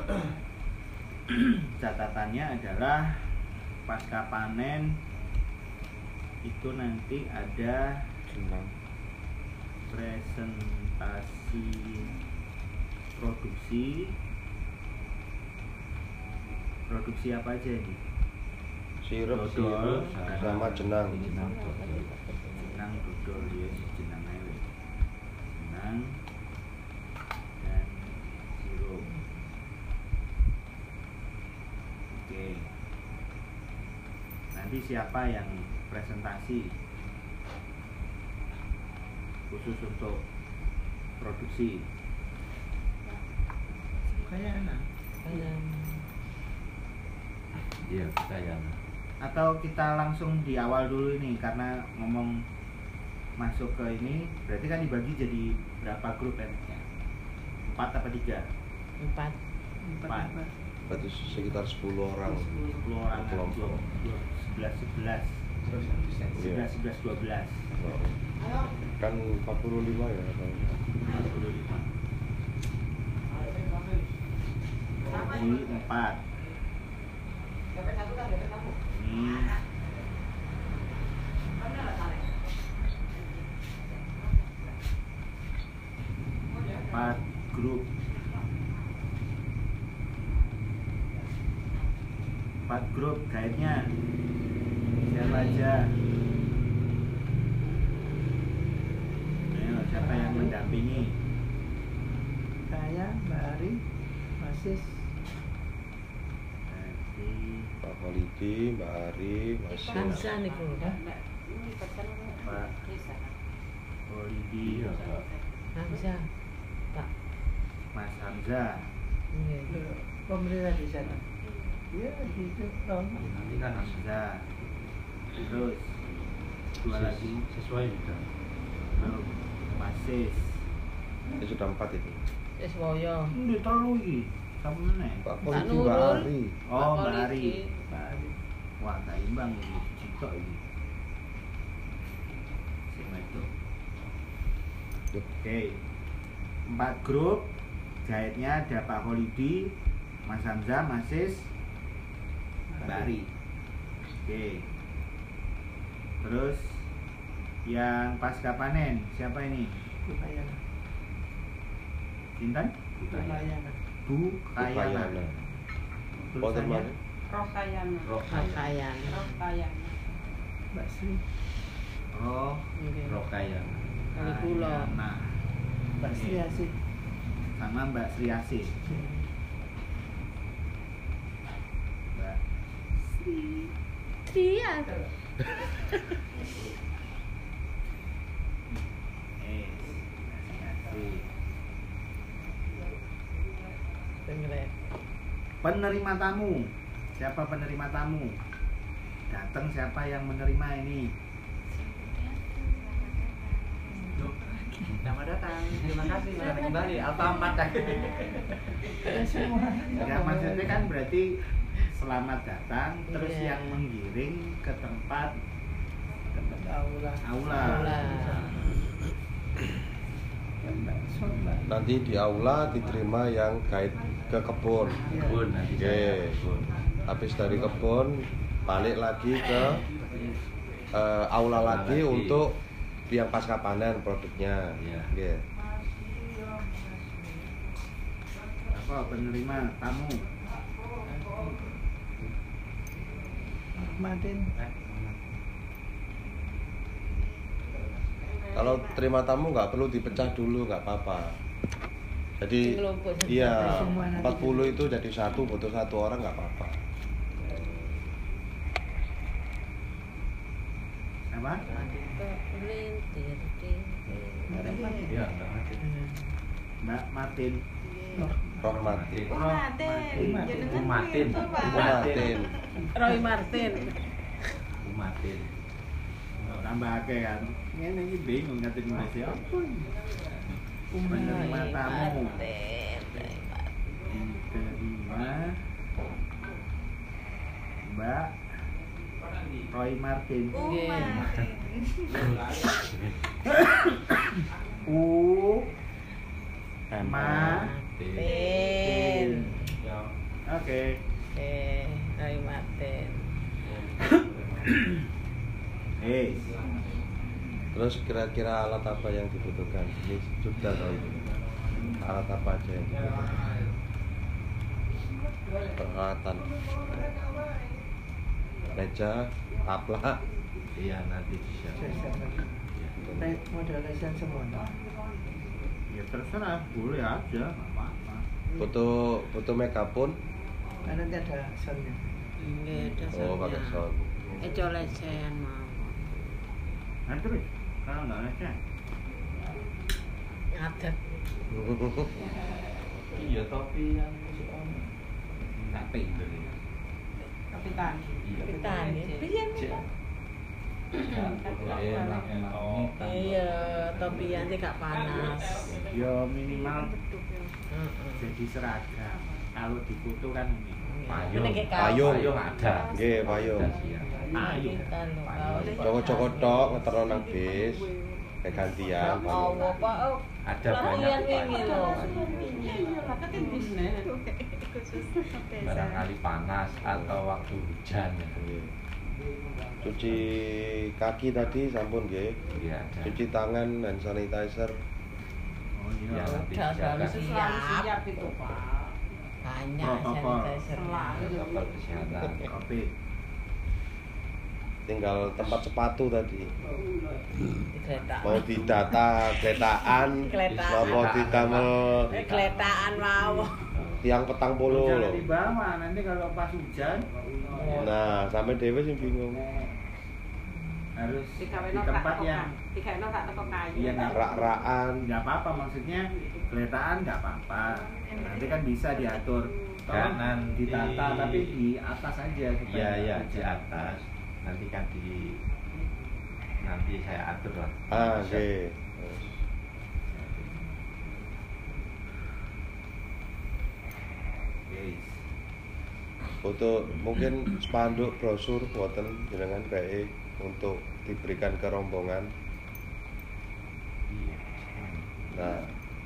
catatannya adalah pasca panen itu nanti ada Jenang. presentasi produksi produksi apa aja ini? Sirup, Dodol, sama jenang. Jenang dodol. Jenang dodol ya, jenang ae. Jenang dan sirup. Oke. Nanti siapa yang presentasi khusus untuk produksi? kayak anak. Ayam. Iya, kayak Atau kita langsung di awal dulu ini karena ngomong masuk ke ini berarti kan dibagi jadi berapa grup enaknya? Empat apa tiga? Empat. Empat. Berarti sekitar sepuluh orang. Sepuluh orang Kelompok. sebelas sebelas sebelas sebelas dua belas Oh. Kan empat puluh lima ya katanya. empat puluh lima. Ini empat. Ini empat grup. Empat grup guide-nya. Siapa aja? Ayo, siapa yang mendampingi? Saya, Mbak Ari, Masis, Berarti Pak Khalidi, Mbak Ari, Mas Hamzah niku. Pak Polidi, Iya, Pak. Hamzah. Pak. Mas Hamzah, Nggih. pemerintah di sana. Iya, di itu. Oh. Nanti kan harus Hamzah. Terus dua lagi, sesuai juga. lalu Masis. Ini sudah empat itu. Wis woyo. Ini terlalu iki. Sama meneh. Pak Pak Khalidi, Mbak Nurul. Ari. Oh, Pak Mbak Ari. Polisi. Mbak Ari. Wah, gak imbang ini. Cito ini. Sing itu. Oke. Empat grup. Guide-nya ada Pak Khalidi, Mas Hamzah, Masis, Mbak Ari. Oke. Terus yang pasca panen siapa ini? Bukayana. Intan? Bukayana. Bu Kayana. Bukayana. Oh, Tulisannya teman. Rokayana. Pakaian. Rokayana. Mbak Sri, Roh Nggih. Rokaya. Kali kula. Kayana. Mbak Sri Asih. Sama Mbak Sri Asih. Mbak Tria. Eh, Mbak Sri Asih. Penerima tamu. Siapa penerima tamu? Datang siapa yang menerima ini? Selamat datang, terima kasih sudah kembali. Alfamart. Ya maksudnya kan berarti selamat datang, terus Iya. yang menggiring ke tempat Tempat aula. aula. Aula. Nanti di aula diterima yang guide ke kebun. Kebun nanti Oke. saya kebun. Habis dari kebun balik lagi ke eh, aula lagi Lagi. untuk yang pasca panen produknya. Iya. Oke. Apa penerima tamu? Matin. Kalau terima tamu nggak perlu dipecah dulu, nggak apa-apa. Jadi Ngelompok satu. iya Semua nanti empat puluh itu jadi satu, butuh satu orang nggak apa-apa. Apa? Lintir, lintir. Iya, enggak mati. Mbak Martin. Rohmati. Oh, Maten. Jenengan Umatin. itu, Pak. Umatin. Roy Martin. Umatin. Tambah akeh kan. Ngene iki bingung ngerti Indonesia apa. Penerima Roy tamu. Martin. Roy Martin. Diterima Mbak Roy Martin. Umatin. U M. Ma Martin. Oke. Oke, Roy Martin. Eh, Terus kira-kira alat apa yang dibutuhkan? Ini sudah tahu itu. Alat apa aja yang dibutuhkan? Peralatan. Meja, taplah. Iya, nanti disiapkan. Modal lesan semua. ya terserah, boleh aja, nggak apa-apa. Foto foto megapun. Karena nanti ada soundnya. Nggak ada Oh, pakai sound. Eh, colecehan mau. Nah terus, kalau nggak ada, Ngadet. Iya, topi yang musik om. Tapi Kapitan. iya. Pitani. Pian. Ya, enak-enak. Iya, topian sih gak panas. ya minimal Heeh. jadi seragam. Kalau di foto kan ini. Payung. Ini kayak Payung. Payung ada. Nggih, payung. Sudah siap. Payung. Joko-joko tok ngeterno nang bis. Kegantian payung. Allah, Pak. Oh, Ada latihan banyak ini loh. Iya, lah kan bisnis. barangkali panas atau waktu hujan ya. Nggih. Cuci kaki tadi sampun nggih. Iya, ada. Cuci tangan, hand sanitizer. Oh Ya, iya. nanti Udah selalu disiapkan. Selalu siap. siap itu, Pak. Banyak Protokol. sanitizer. Protokol kesehatan. Kopi. Tinggal tempat sepatu tadi. Digeletak. Mau didata geletaan, Geletaan. mau didamel Eh, geletaan mau. tiang petang puluh Jangan loh. di bawah, nanti kalau pas hujan Nah, sampai dewe sing bingung. harus di Dikawin tempat yang dikawin tak teko kayu. Iya, nggak Rak-rakan. nggak apa-apa, maksudnya geletaan nggak apa-apa. Nanti kan bisa diatur. Toh, Kanan, ditata di- tapi di atas aja. supaya Iya, iya, nggak di hujan. atas. Nanti kan di nanti saya atur lah. Ah, oke. Guys. Foto mungkin spanduk brosur buatan jenengan kayak untuk diberikan ke rombongan. Iya. Nah,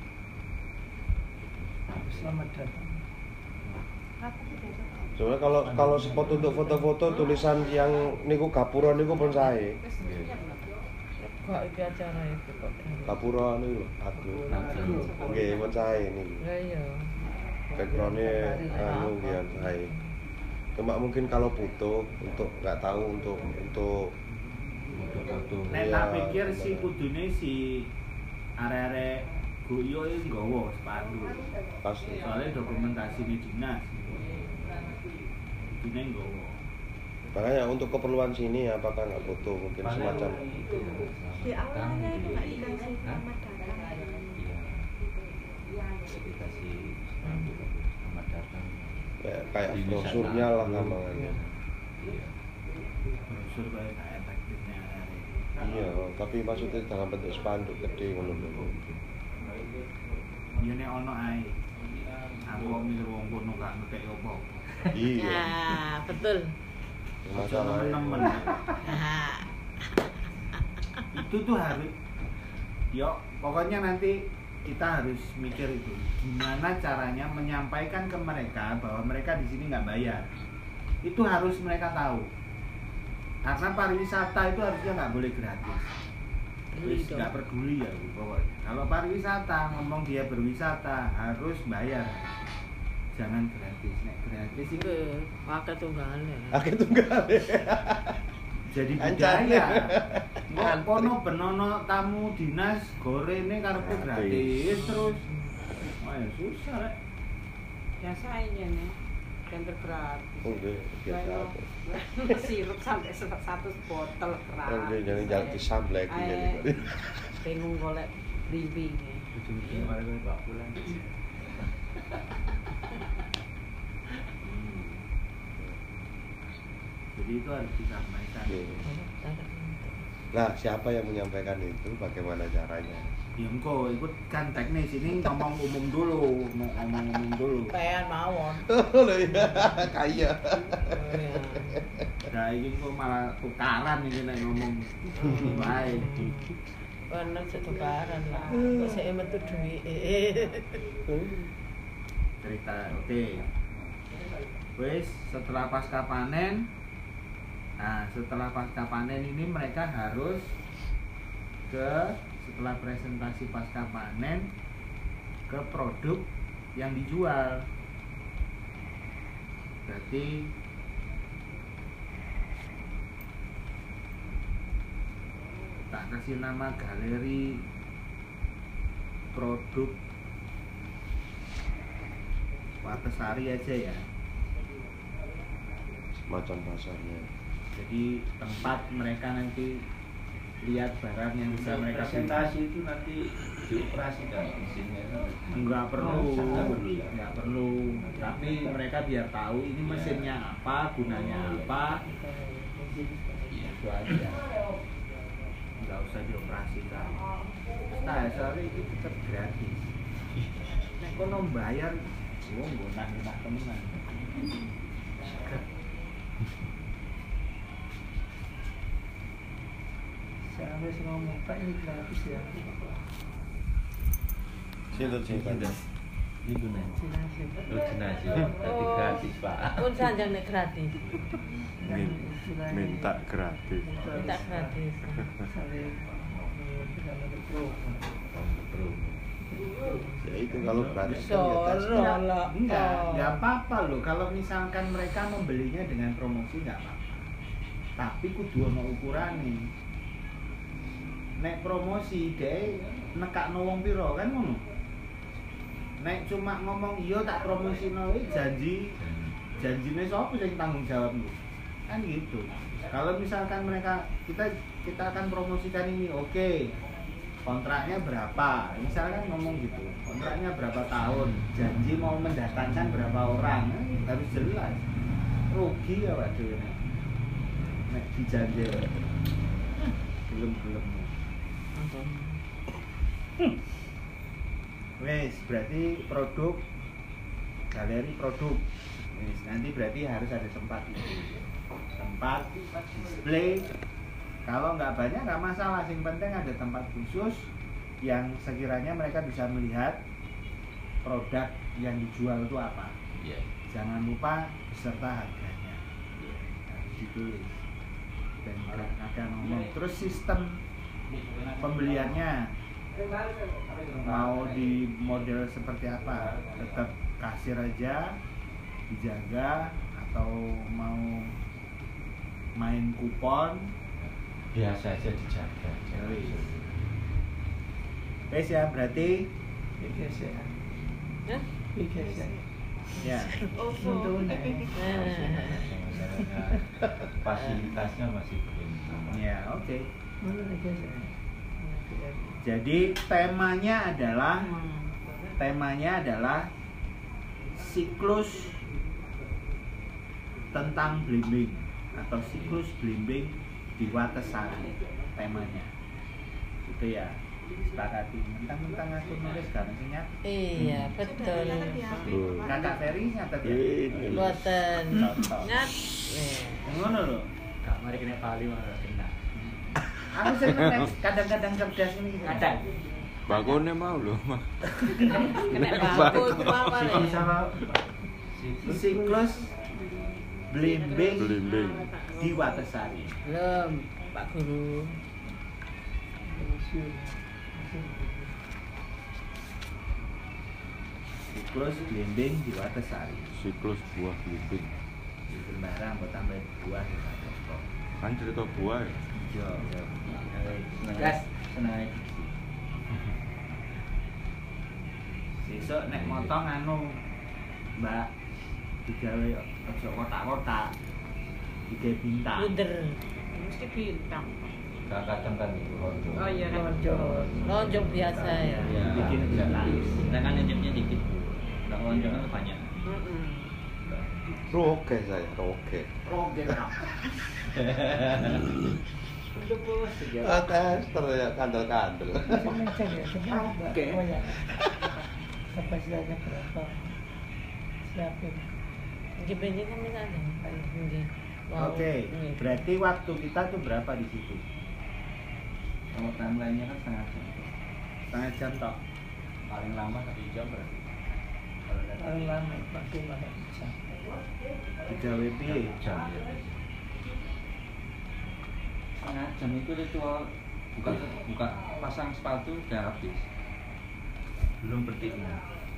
Selamat datang. sebenarnya kalau kalau spot untuk foto-foto tulisan yang niku gapura niku pun saya. Kok iki acara itu kok. Gapura niku lho, aku. Nggih, pun saya niku. Lah iya. Backgroundnya anu gian saya. Cuma mungkin kalau butuh untuk nggak tahu untuk untuk Foto-foto. Nek Iya. tak pikir si kudune si are-are Goyo ini nggawa sepatu. pasti. Soalnya dokumentasi ini dinas. Kudune nggawa. Makanya untuk keperluan sini apakah nggak butuh mungkin semacam Di awalnya itu nggak dikasih selamat datang. Iya. Dikasih selamat datang. Ya, kayak Ini brosurnya sana. lah gampangannya. Iya. brosur kayak gak efektifnya hari. Iya, tapi maksudnya dalam bentuk spanduk gede ngono lho. Iya nek ono ae. Aku mikir wong kono gak ngerti opo. Iya. Nah, betul. Masalah Temen-temen. Nah, Itu tuh harus yuk pokoknya nanti kita harus mikir itu gimana caranya menyampaikan ke mereka bahwa mereka di sini nggak bayar. Itu harus mereka tahu. Karena pariwisata itu harusnya nggak boleh gratis. Wis nggak peduli ya pokoknya. Kalau pariwisata ngomong dia berwisata harus bayar. Jangan gratis. Nek gratis itu ke pakai tunggalnya. Akhir tunggal. jadi Ancane. budaya. Nggak kono benono tamu dinas gorene karepe gratis terus. Wah ya susah rek. Biasa aja nih, dan tergratis. Oke, biasa. Kalau sirup sampai satu botol keras. Oke, jangan jalan disamblek Eh, bingung golek brimbing. Ujung-ujungnya malah gue bawa pulang. Jadi itu harus disampaikan. Nah, siapa yang menyampaikan itu? Bagaimana caranya? Ya engko ikut kan teknis ini ngomong umum dulu, mau ngomong umum dulu. Kayak mawon. Oh iya, kaya. Nah ini kok malah tukaran ini nek ngomong. Baik. Bener setukaran lah. Kok saya metu duit. Cerita oke. Wes setelah pasca panen, nah setelah pasca panen ini mereka harus ke setelah presentasi pasca panen ke produk yang dijual. Berarti tak kasih nama galeri produk Watesari aja ya. Macam pasarnya. Jadi tempat mereka nanti lihat barang yang bisa mereka beli. presentasi itu nanti dioperasikan mesinnya. Enggak perlu, Nggak perlu ya? enggak perlu. Tapi mereka biar tahu ini mesinnya apa, gunanya apa. Itu aja. Enggak usah dioperasikan. Nah, soalnya itu tetap gratis. Nek kono bayar, wong gonah-gonah temenan. Saya harus ngomong Pak ini gratis ya. Sini sini Pak. Itu nih. Sinasi. Lu jenazah nanti gratis Pak. Pun sanjang nek gratis. Min- minta gratis. Minta gratis. Sampai tidak ada promo. Bro. Ya itu kalau gratis kan ya tes. Soro lah. Enggak, enggak apa-apa loh kalau misalkan mereka membelinya dengan promosi enggak apa-apa. Tapi kudu ono ukurane. Nek promosi deh nekakno wong piro kan ngono. Nek cuma ngomong iya tak promosino iki janji janjine sapa sing tanggung jawab lu? Kan gitu. Kalau misalkan mereka kita kita akan promosikan ini, oke. Kontraknya berapa? Misalkan ngomong gitu. Kontraknya berapa tahun? Janji mau mendatangkan berapa orang? Eh, harus jelas. Rugi ya waduh nek. Nek dijanji. Belum-belum. Wes, berarti produk galeri produk. Wes, nanti berarti harus ada tempat itu. Tempat display. Kalau nggak banyak nggak masalah, yang penting ada tempat khusus yang sekiranya mereka bisa melihat produk yang dijual itu apa. Iya. Jangan lupa beserta harganya. Harus ditulis. Dan akan ngomong. Terus sistem pembeliannya mau di model seperti apa? Tetap kasir aja, dijaga, atau mau main kupon? Biasa aja dijaga. Wes ya, berarti Bigas ya. Hah? Bigas ya. ya. Untuk nih. Fasilitasnya masih belum. Ya, oke. Mana bigas ya? Jadi temanya adalah temanya adalah siklus tentang blimbing atau siklus blimbing di Watesari temanya. Itu ya. Sepakati. Mentang-mentang aku nulis gak mesti nyat. Iya, betul. Kakak Ferry nyatet ya? Buatan nyat. Ngono lho. Gak mari kena pali malah kena. Aku seneng kadang-kadang cerdas ini. Kadang. Bagone mau lho, Mas. Kena baku itu apa nih? Sama siklus blimbing Blimbing. di Watesari. Belum, Pak Guru. Siklus blimbing di Watesari. Siklus buah blimbing. Di Jembara mau tambah buah di Watesari. Kan cerita buah ya. Yo, yo. Gas. Seneng. Sesuk nek motong anu Mbak digawe aja kotak-kotak. Digawe bintang. Bunder. Mesti bintang. Gak kadang kan itu lonjo. Oh iya kan. Lonjong. Lonjong biasa ya. Iya. Bikin jelas. Kita kan nyecipnya dikit. Kalau lonjo kan banyak. Heeh. Roke saya, roke. Roge kan. Untuk bos ya. Ah, tester ya, kandel-kandel. Seneng cek ya, seneng Mbak. Oke. Oh ya. Kapasitasnya berapa? Siapin. Mungkin bensin kan bisa ada. Mungkin. Oke, berarti waktu kita tuh berapa di situ? Kalau timeline-nya kan setengah jam. Setengah jam tok. Paling lama satu jam berarti. Paling lama maksimal jam. Digawe piye? Jam ya. Setengah jam itu ritual buka buka pasang sepatu udah habis. Belum petiknya.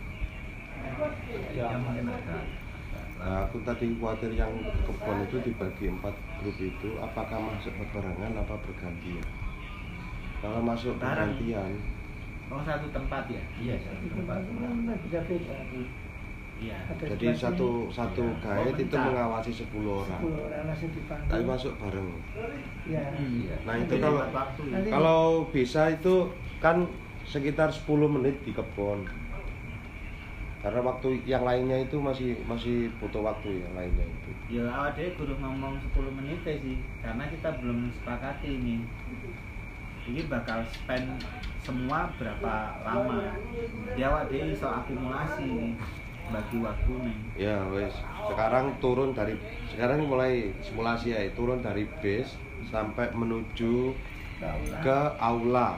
Ya. Jam mungkin ada. Nah, aku tadi khawatir yang kebun itu dibagi empat grup itu, apakah masuk berbarengan apa bergantian? Kalau masuk Bareng. bergantian, Oh, satu tempat ya? Iya, satu tempat. Bisa beda. Iya. Ada jadi sebelah satu sini, satu Iya. guide Oh, itu bentar. mengawasi sepuluh orang, sepuluh orang langsung dipanggil. tapi masuk bareng. Ya. Iya. Nah itu Jadi kalau buat waktu ya. Nanti- kalau bisa itu kan sekitar sepuluh menit di kebun. Karena waktu yang lainnya itu masih masih butuh waktu yang lainnya itu. Ya awak dhewe kudu ngomong sepuluh menit aja sih, karena kita belum sepakati ini. Ini bakal spend semua berapa lama. Ya awak dhewe iso akumulasi bagi waktu nih. Ya wes, sekarang turun dari sekarang mulai simulasi ya, turun dari base sampai menuju ke aula.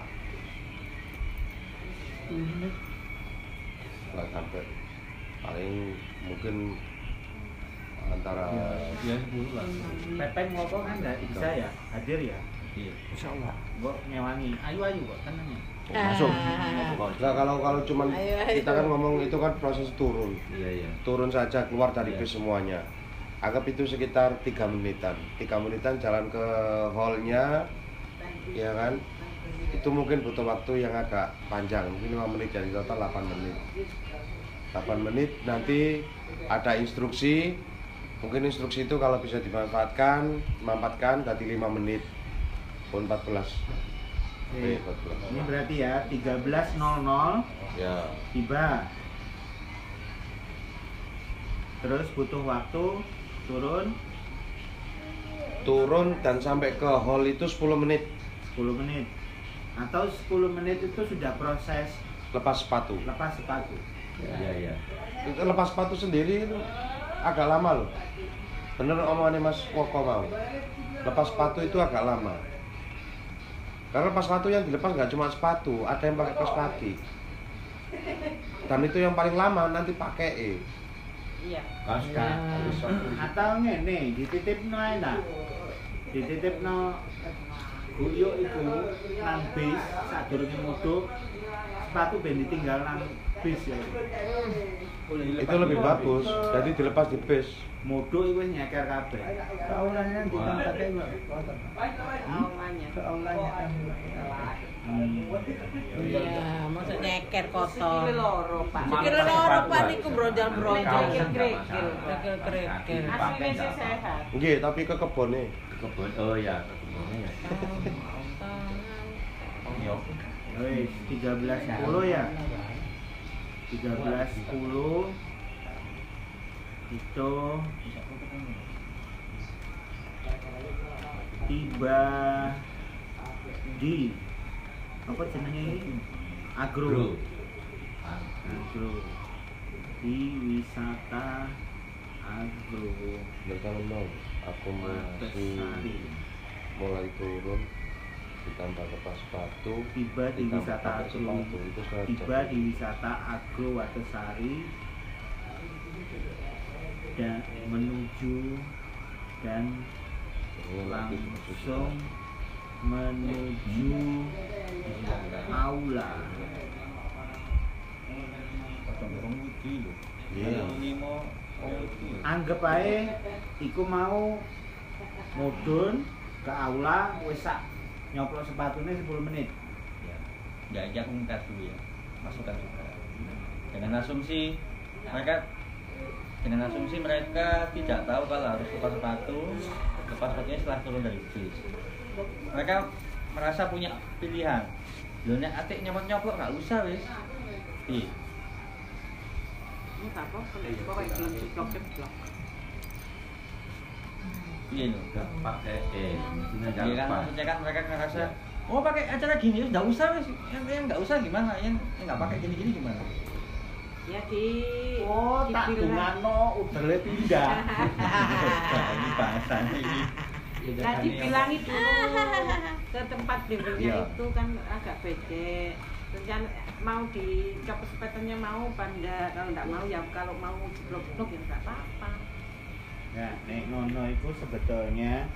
sepuluh menit. Setelah sampai paling mungkin antara Ya sepuluh lah. Pepeng ngopo kan nggak bisa ya, hadir ya. Iya. Insya Allah. Mbok ngewangi, ayo ayo kok tenang ya. Masuk. Nah, kalau kalau cuman Ayo, ayo. kita kan ngomong itu kan proses turun. Iya, iya. Turun saja keluar dari Iya. bis semuanya. Anggap itu sekitar tiga menitan. tiga menitan jalan ke hallnya, ya kan? Itu mungkin butuh waktu yang agak panjang, mungkin lima menit, jadi total delapan menit. delapan menit nanti ada instruksi. Mungkin instruksi itu kalau bisa dimanfaatkan, memanfaatkan tadi lima menit. Pun empat belas. Oke. Oke, empat belas. Ini berarti ya tiga belas nol nol Ya. tiba. Terus butuh waktu turun Turun dan sampai ke hall itu sepuluh menit. sepuluh menit. Atau sepuluh menit itu sudah proses Lepas sepatu. lepas sepatu. Iya, iya. Itu lepas sepatu sendiri itu agak lama loh. Bener omongannya Mas Woko mau. Lepas sepatu itu agak lama. Karena lepas sepatu yang dilepas nggak cuma sepatu, ada yang pakai kaos kaki. Dan itu yang paling lama nanti pakai E. Iya. Kaos kaki. Atau ngene, dititipno ae lah. Dititipno guyuk itu nang bis sadurunge mutu sepatu ben ditinggal nang bis ya. Itu lebih bagus. Jadi dilepas di bis. Mutu iku wis nyeker kabeh. Keaulannya di tempatnya Mbak. Aulanya. Keaulanya kan. Hmm. Iya, maksud nyeker kotor. Sikile loro, Pak. Sikile loro Pak niku brojal-brojal. Krikil-krikil. Krikil-krikil. Aslinya sih sehat. Nggih, tapi ke kebone. Kebun. Oh ya, kebunnya ya. Yo. Wis tiga belas sepuluh ya. tiga belas sepuluh itu tiba di apa jenenge iki? Agro. Agro. Di wisata Agro. Bertahan mau akomodasi Watasari. mulai turun ditambah lepas sepatu Tiba di ditambah wisata pakai Agro. sepatu itu setengah Tiba jam. di wisata Agro Watasari dan menuju dan Ini lagi langsung menuju aula. Iya. Anggap ae iku mau mudhun ke aula wis sak nyoplok sepatune sepuluh menit. Ya, ya aku minta dulu ya, masukan juga. Dengan asumsi mereka dengan asumsi mereka tidak tahu kalau harus lepas sepatu, lepas sepatunya setelah turun dari bis. Mereka merasa punya pilihan. Lho nek atik nyopot-nyoplok enggak usah wis. Ih, Ini tak apa-apa, pokoknya belum jeblok-jeblok. iya lho. Nggak pakai eh mestinya Iya kan nggak pas. maksudnya kan mereka ngerasa oh pakai acara gini enggak usah wis. Yang yang enggak usah gimana? Yang enggak pakai gini-gini gimana? Ya di Oh, tak dibilang- dungano udele pindah. Ini bahasannya ini. Nah dibilangi dulu ke tempat drivernya Iya. itu kan agak becek. Terus kan mau dicopot sepatunya mau panda, kalau enggak mau ya kalau mau jeblok-jeblok ya enggak apa-apa. Nah, nek ngono itu sebetulnya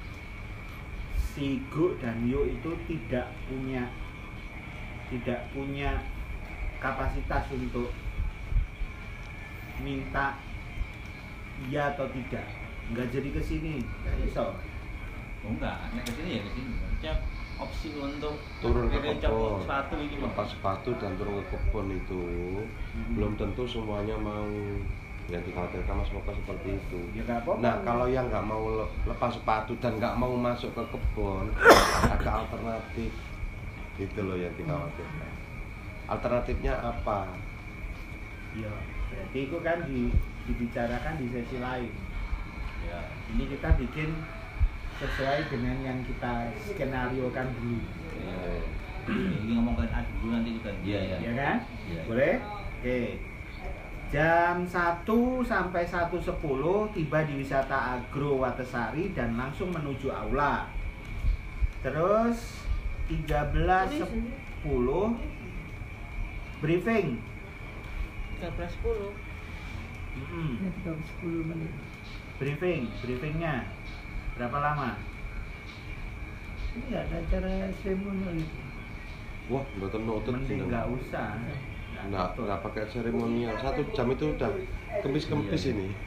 si Gu dan Yu itu tidak punya tidak punya kapasitas untuk minta iya atau tidak. Enggak jadi ke sini, enggak iso. Oh enggak, nek kesini ya kesini. Maksudnya opsi untuk Turun ke pakai kebun, copot sepatu ini loh. lepas sepatu dan turun ke kebun itu Hmm. belum tentu semuanya mau yang dikhawatirkan Mas Moko seperti itu. Ya enggak apa-apa. Nah kalau yang nggak mau le- lepas sepatu dan nggak mau masuk ke kebun ada alternatif itu loh yang dikhawatirkan. Alternatifnya apa? Ya, berarti itu kan di, dibicarakan di sesi lain. Ya. Ini kita bikin sesuai dengan yang kita skenario kan dulu. Ya. Ini ngomongin adu dulu nanti juga. Iya ya. Ya kan? Iya. Boleh? Oke. Jam satu sampai satu sepuluh tiba di wisata Agro Watasari dan langsung menuju aula. Terus tiga belas sepuluh briefing. tiga belas sepuluh. Mm-mm. Jam sepuluh menit. Briefing, briefingnya berapa lama? Ini nggak ada acara seremonial itu. Wah, mboten nutut Mending jeneng. nggak usah. Nggak, nggak pakai seremonial. Satu jam itu udah kempis-kempis Iya. ini.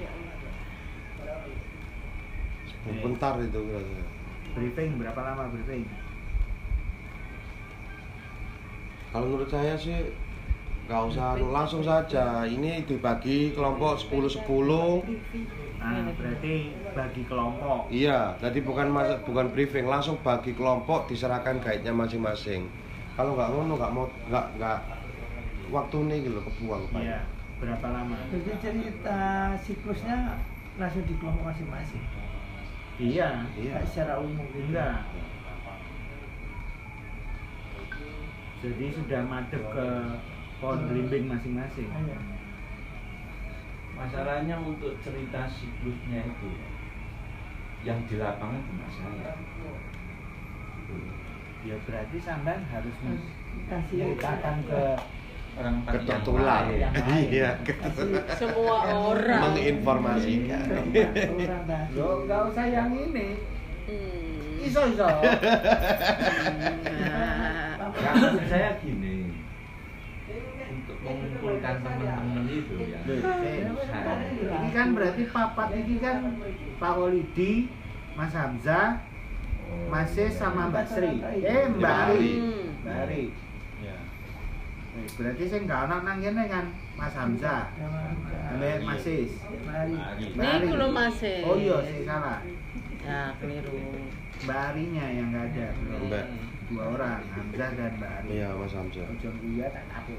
Bentar itu rasanya. Briefing berapa lama briefing? Kalau menurut saya sih nggak usah langsung saja. Ini dibagi kelompok sepuluh sepuluh. Nah, berarti bagi kelompok. Iya, tadi bukan mas, bukan briefing, langsung bagi kelompok diserahkan guide-nya masing-masing. Kalau nggak ngono nggak mau nggak nggak waktu ini gitu kebuang Pak. Iya, berapa lama? Jadi cerita siklusnya langsung di kelompok masing-masing. Iya, Iya. Nggak secara umum gitu. enggak. Jadi sudah madep ke pohon belimbing masing-masing. Iya. Masalahnya untuk cerita siklusnya itu yang di lapangan cuma saya. Ya berarti sampean harus Kasih menceritakan ke Orang Ketua yang tular. lain. yang lain. Iya, kasih Semua orang. menginformasikan. orang tadi. Lo nggak usah yang ini. Hmm. Iso iso. Ya, maksud saya gini, untuk mengumpulkan teman-teman itu ya. Loh, eh, Saya. ini kan berarti papat ini kan Pak Walidi, Mas Hamzah, Mas Sis sama Mbak Sri. Eh Mbak Ari. Hmm. Mbak Ari. Ya. Eh, berarti saya nggak anak nang kene kan Mas Hamzah, Mbak Mas Sis. Mari. Mari. Mbak Ari. Ini kalau masih. Oh iya sih salah. Ya, keliru. Mbak Arinya yang nggak ada. Mbak. Dua orang, Hamzah dan Mbak Ari. Iya, Mas Hamzah. Ojo iya tak tahu.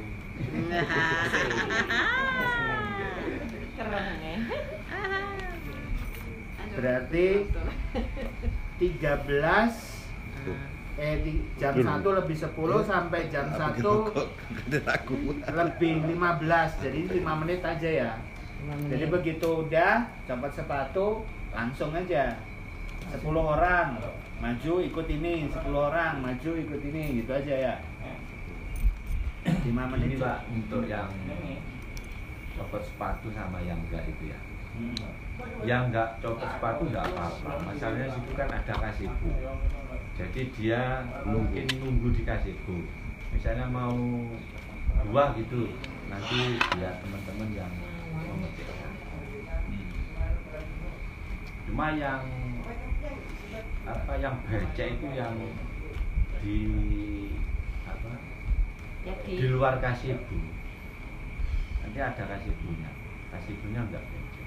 Keren ya. Berarti tiga belas eh di, jam satu lebih sepuluh sampai jam satu lebih lima belas. Jadi lima menit aja ya. Jadi begitu udah copot sepatu langsung aja. sepuluh orang maju ikut ini, sepuluh orang maju ikut ini, gitu aja ya. lima menit ini Pak, untuk yang copot sepatu sama yang enggak itu ya. Hmm. Yang enggak copot sepatu enggak apa-apa. Masalahnya situ kan ada kasihku. Jadi dia mungkin nunggu di kasihku. Misalnya mau dua gitu, nanti biar teman-teman yang memetikkan. Cuma yang apa yang baca itu yang di apa di luar kasihku. Nanti ada kasihkunya, kasihkunya enggak baca.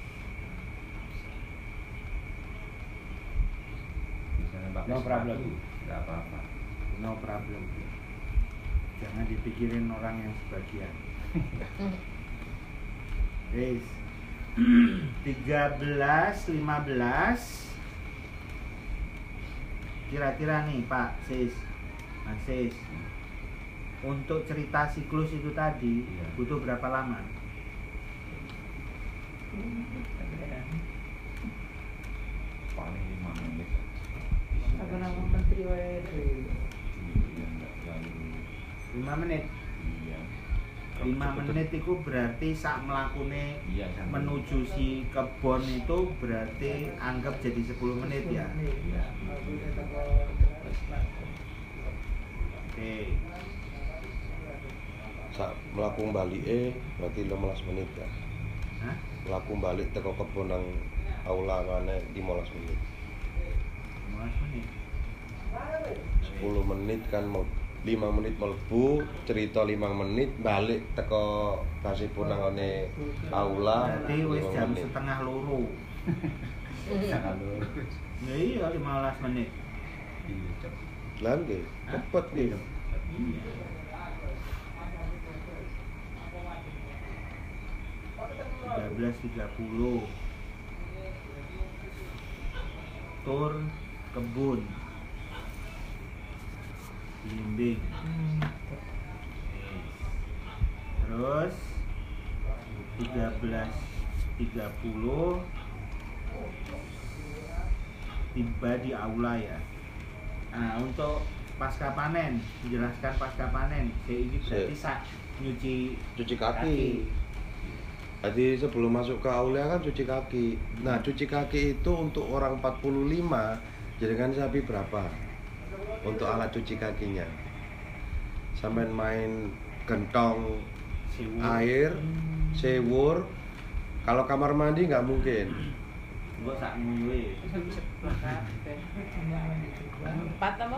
Misalnya pakai No problem. enggak apa-apa. No problem. Jangan dipikirin orang yang sebagian. Guys, tiga belas, lima belas. Kira-kira nih Pak Sis, Mas Sis, untuk cerita siklus itu tadi iya. butuh berapa lama? Paling lima menit. Apa nama menteri W R D? lima menit. Iya. lima menit itu berarti sak melakune Iya, sampai- menuju si kebon itu berarti anggap jadi sepuluh menit ya. Iya. Oke. Sak mlaku balike berarti lima belas menit ya. Hah? Mlaku balik teko kebon nang aula ngene lima belas menit. lima belas menit. sepuluh menit kan mau lima menit mlebu, cerita lima menit, balik teko kasihpun nang ngene aula. Berarti wis lima jam menit. setengah loro. Ya iya lima belas menit. Iya, cepet. Lah nggih, cepet nggih. Iya. tiga belas tiga puluh tur kebun bimbing. Terus tiga belas tiga puluh tiba di aula ya. Nah, untuk pasca panen, menjelaskan pasca panen, ini berarti sak nyuci Cuci kaki. Jadi sebelum masuk ke aula kan cuci kaki. Nah, cuci kaki itu untuk orang empat puluh lima, jadi kan sapi berapa? Untuk alat cuci kakinya. Sampai main gentong Sewur. air, sewur. Kalau kamar mandi nggak mungkin. Gua sak nguwe. Empat apa?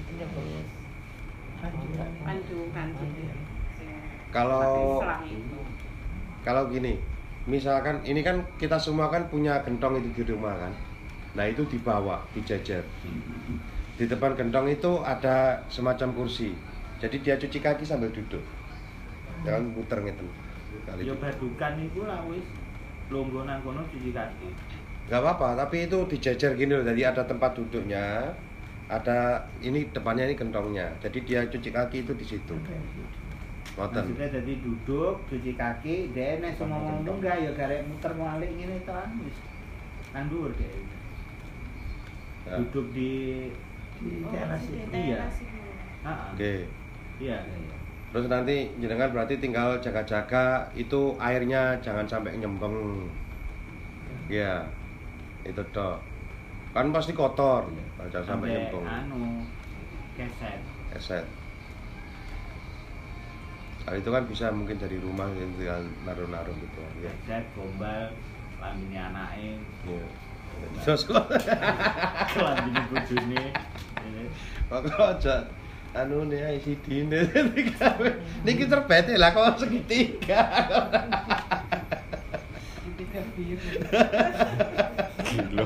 Pandu pandu. Kalau Selang itu. kalau gini, misalkan ini kan kita semua kan punya gentong itu di rumah kan. Nah, itu dibawa, dijajar. Di depan gentong itu ada semacam kursi. Jadi dia cuci kaki sambil duduk. Jangan muter ngeten. Kali Yo itu. badukan iku lah wis longgo nang kono cuci kaki. Gak apa-apa, tapi itu dijajar gini loh. Jadi ada tempat duduknya, ada ini depannya ini gentongnya. Jadi dia cuci kaki itu di situ. Ngoten. Maksudnya jadi duduk cuci kaki, dia nek semua ngomong enggak ya garek muter balik ngene to kan wis nang dhuwur deh. Ya. Duduk di Di teras itu. Iya. Heeh. Oke. Iya. Terus nanti jenengan berarti tinggal jaga-jaga itu airnya jangan sampai nyembeng. Ya. Itu toh. Kan pasti kotor. Jangan sampai nyembeng. Anu keset. Keset. Hal itu kan bisa mungkin dari rumah tinggal naruh-naruh gitu ya. Keset gombal lambine anake. Iya. Terus kok Lambine bojone. kok aja anu nih I C D ini niki terbete lah kok segitiga. Gila.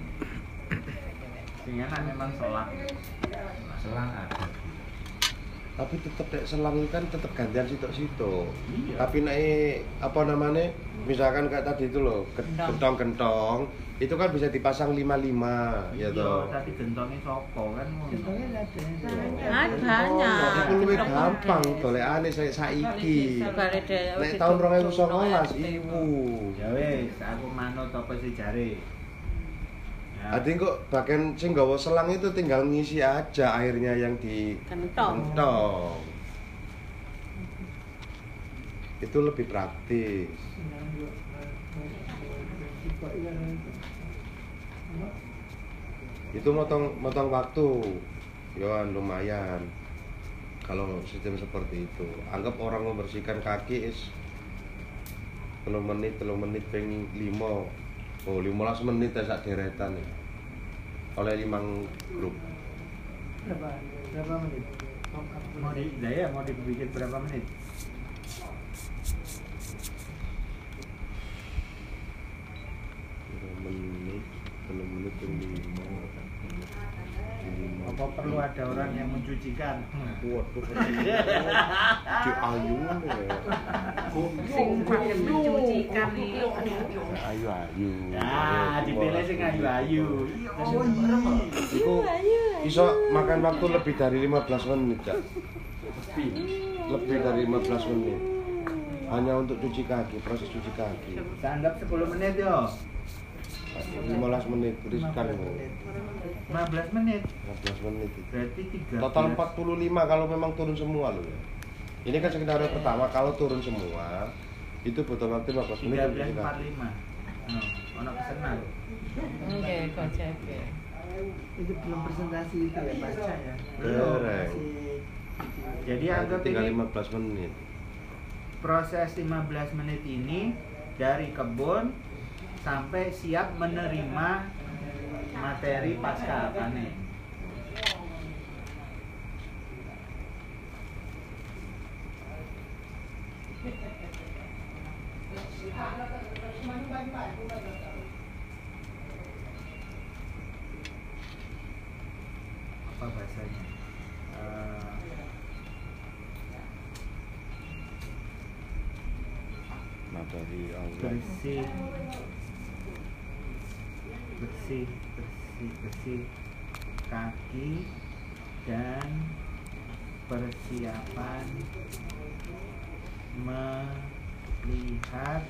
Sing enak memang selang. Selang ada. Tapi tetep nek selang kan tetep gantian situ-situ. Iya. Tapi nek apa namanya? Misalkan kayak tadi itu loh, gentong-gentong itu kan bisa dipasang lima lima ya toh. Iya, tapi gentongnya sopo kan. Gentongnya ada. Ada banyak. Itu luwih gampang golekane saya saiki. Sabare dhewe. Nek tahun dua ribu sembilan belas iku. Ya wis, aku manut apa sih jare. Ya. Adi kok bagian sing gawa selang itu tinggal ngisi aja airnya yang di Kentong. gentong. Itu lebih praktis. Itu motong motong waktu. Yoan lumayan. Kalau sistem seperti itu, anggap orang membersihkan kaki is telung menit, telung menit ping lima. Oh, lima belas menit ya sak deretan ya. Oleh limang grup. Berapa? Berapa menit? Mau di lah ya, mau dibikin berapa menit? Lima menit, telung menit ping lima. Apa perlu ada orang yang mencucikan? Waduh, Cik Ayu ya. Sing pengen mencucikan nih. Ayu Ayu. Ya, dipilih sing ayu-ayu. Oh Iku iso makan waktu lebih dari lima belas menit, Cak. Lebih dari lima belas menit. Hanya untuk cuci kaki, proses cuci kaki. Saya anggap sepuluh menit yo. lima belas menit riskan. lima belas menit. lima belas menit itu. Berarti tiga belas. Total empat puluh lima kalau memang turun semua loh ya. Ini kan skenario pertama, kalau turun semua itu butuh waktu lima belas menit. tiga untuk belas cuci empat kaki. puluh lima. No, ono pesenan. Oke, kocek. Itu belum presentasi itu ya pasca ya. Belum. Dereng. Masih- Jadi Nah, itu anggap tinggal ini lima belas menit. proses lima belas menit ini dari kebun sampai siap menerima materi pasca panen. Apa bahasanya? Eh, Materi Allah. bersih bersih bersih bersih kaki dan persiapan melihat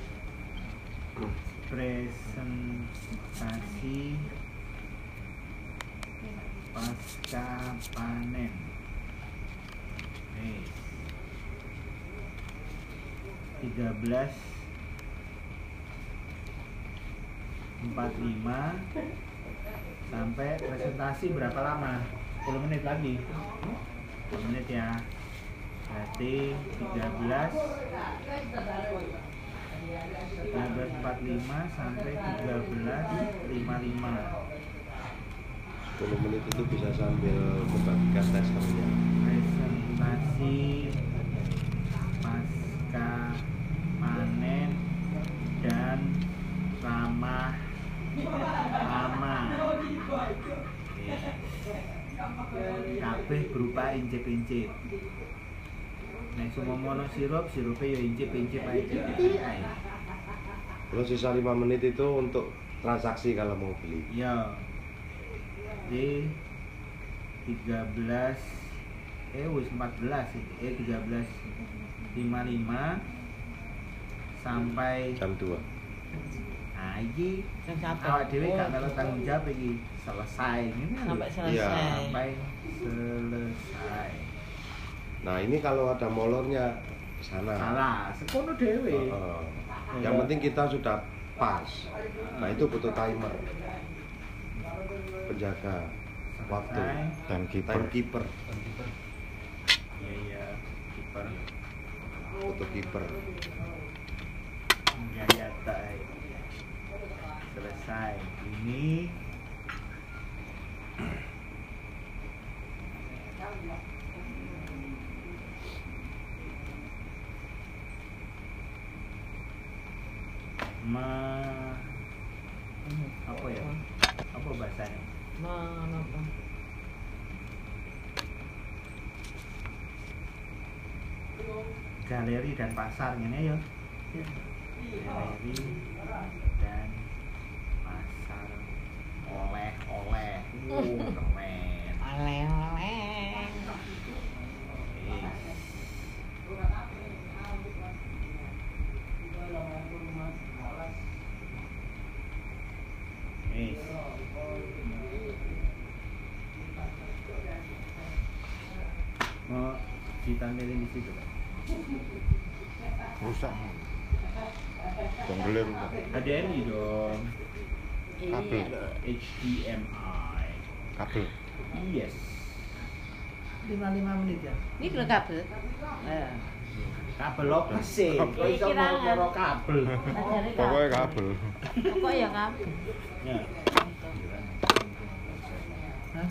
presentasi pasca panen. Nih, tiga belas empat puluh lima sampai presentasi berapa lama? sepuluh menit lagi. sepuluh menit ya. Berarti tiga belas tiga belas empat puluh lima sampai tiga belas lima puluh lima. sepuluh menit itu bisa sambil membagikan testernya. Presentasi pasca panen dan ramah aman. Kabeh berupa incip-incip. Nek sumomono sirup, sirupnya ya incip-incip aja. Ae. Terus sisa lima menit itu untuk transaksi kalau mau beli. Ya. Di tiga belas eh wis empat belas iki. Eh tiga belas lima puluh lima sampai Jam dua. nah iki Sing satu. awak dhewe gak melu tanggung jawab iki selesai ngene lho. Sampai Iya. selesai. Sampai selesai. Nah ini kalau ada molornya ke sana. Salah, sekono dhewe. Heeh. Yang penting kita sudah pas. Nah itu butuh timer. Penjaga waktu. Selesai. Timekeeper. Timekeeper. Iya iya, kiper. Butuh kiper. Ya ya tai. Selesai. Ini ma apa ya? Apa bahasanya? Mana apa? galeri dan pasar ini ya. Galeri dan pasar oleh-oleh. Uh, keren. Oleh-oleh. Eh. Mau ditampilin di situ, Pak? Rusak. Dongle rusak. H D M I dong. Kabel. H D M I. Kabel. Yes. lima puluh lima menit ya. Ini kalau kabel. Nah, Kabel apa sih? Kok iso moro kabel? Pokoknya kabel. Pokoknya ya kabel. Ya. Hah?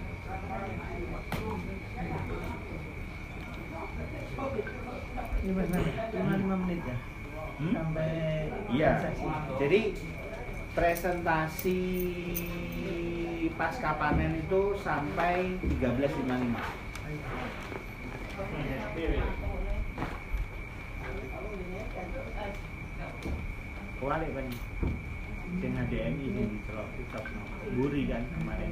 lima puluh lima menit ya. Hmm? Sampai Iya. sesi. Jadi presentasi pasca panen itu sampai tiga belas lima puluh lima. Kualik Pak. Sing H D M I ini dicelok tetap buri kan kemarin.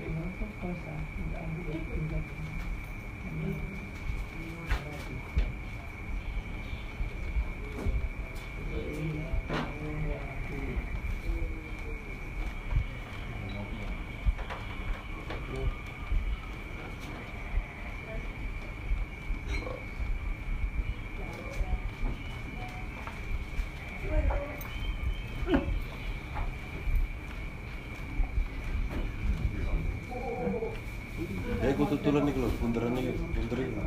Ya iku tutulan iki lho, bunteran iki, bunter iki.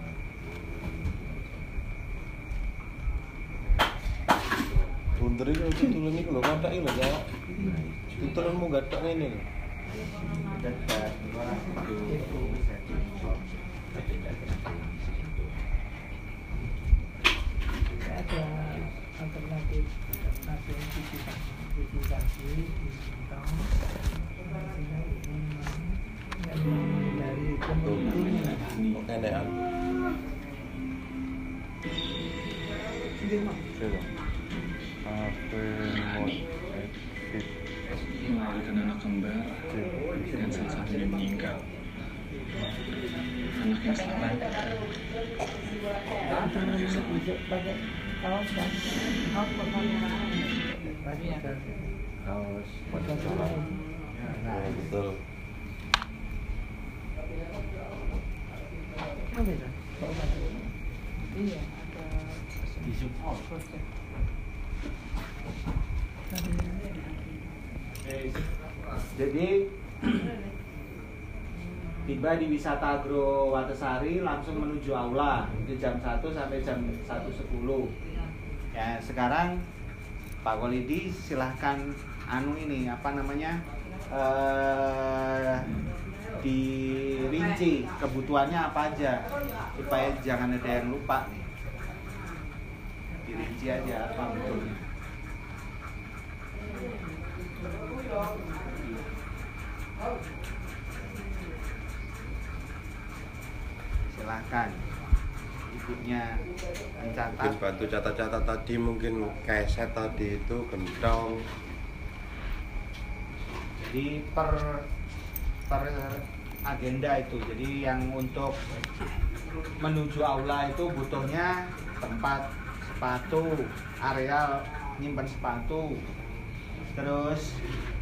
Bunter iki tutulan iki lho, kathak iki lho, ya. Tutulanmu gathak ngene lho. Dekat itu Ada alternatif nasional divisi dari pembentukan. Oke nek an. Coba. Apa mod exit. Melahirkan anak kembar dan salah satunya meninggal. Anaknya selamat. Anaknya selamat. Pakai kaos kan? Kaos pertanyaan. Kaos Pakai kaos. Nah, betul. Apa itu? Iya, ada di zoom out. Jadi tiba di Wisata Agro Watesari langsung menuju aula itu jam satu sampai jam satu sepuluh. Ya, sekarang Pak Kolidi silahkan anu ini apa namanya? Eh dirinci kebutuhannya apa aja supaya jangan ada yang lupa nih. Dirinci aja apa betul. Silahkan ibunya mencatat. Mungkin bantu catat-catat tadi, mungkin keset tadi itu gentong. Jadi per per agenda itu. Jadi yang untuk menuju aula itu butuhnya tempat sepatu, areal nyimpan sepatu. Terus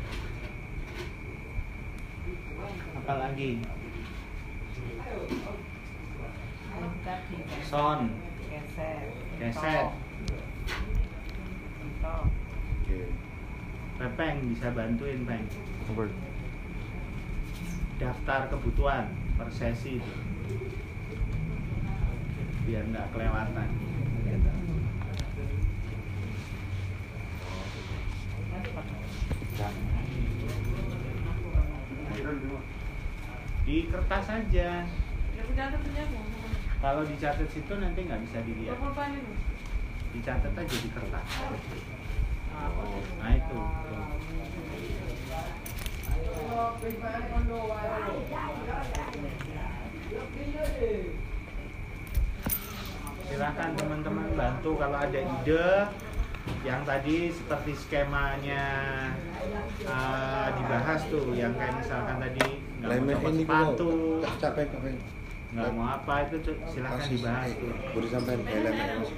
apa lagi? Sound, keset, keset, Oke. Pepeng bisa bantuin Peng. Apa? Daftar kebutuhan per sesi itu. Biar nggak kelewatan. Di kertas saja. Kalau dicatat situ nanti nggak bisa dilihat. Dicatat aja di kertas. Nah itu. silakan teman-teman bantu kalau ada ide yang tadi seperti skemanya uh, dibahas tuh, yang kayak misalkan tadi nggak mau copot sepatu, capek capek nggak mau apa itu silakan dibahas tuh. Boleh sampai helm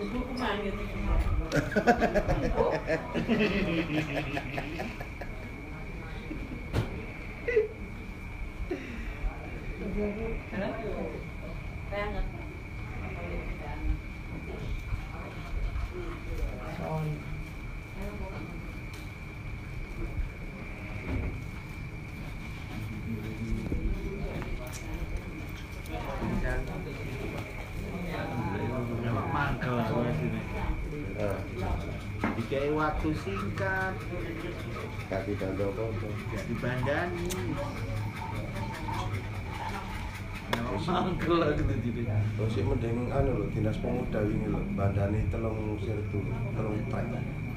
Son. Memang mangkel lah gue sini. Dikai waktu singkat, kaki bandel apa? gak dibandani. Memang mangkel lah gitu jadi. Terus sih mending anu lho, dinas pemuda wingi lho, bandani telung sirtu, telung trek.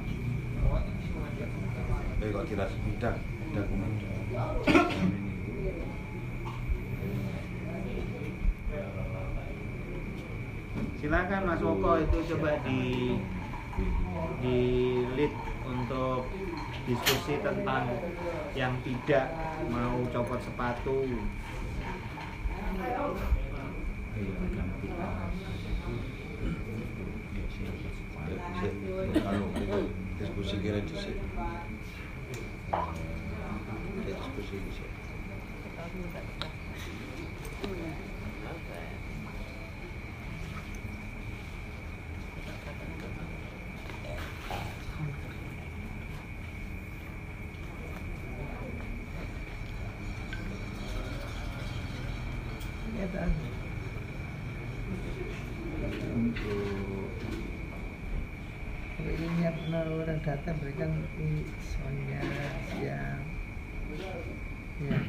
Eh kok dinas bidang, bidang pemuda. Silakan Mas Woko itu coba di di lead untuk diskusi tentang yang tidak mau copot sepatu. Kalau diskusi kira di sini. Diskusi di sini. Kalau ini niat orang datang berikan soalnya siang, ya.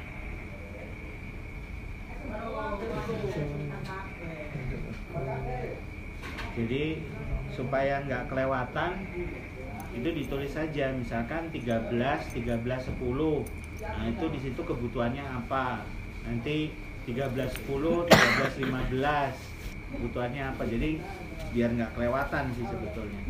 Jadi supaya nggak kelewatan itu ditulis saja, misalkan tiga belas, tiga belas, sepuluh. Nah itu di situ kebutuhannya apa. Nanti tiga belas, sepuluh, tiga belas, lima belas kebutuhannya apa. Jadi biar nggak kelewatan sih sebetulnya.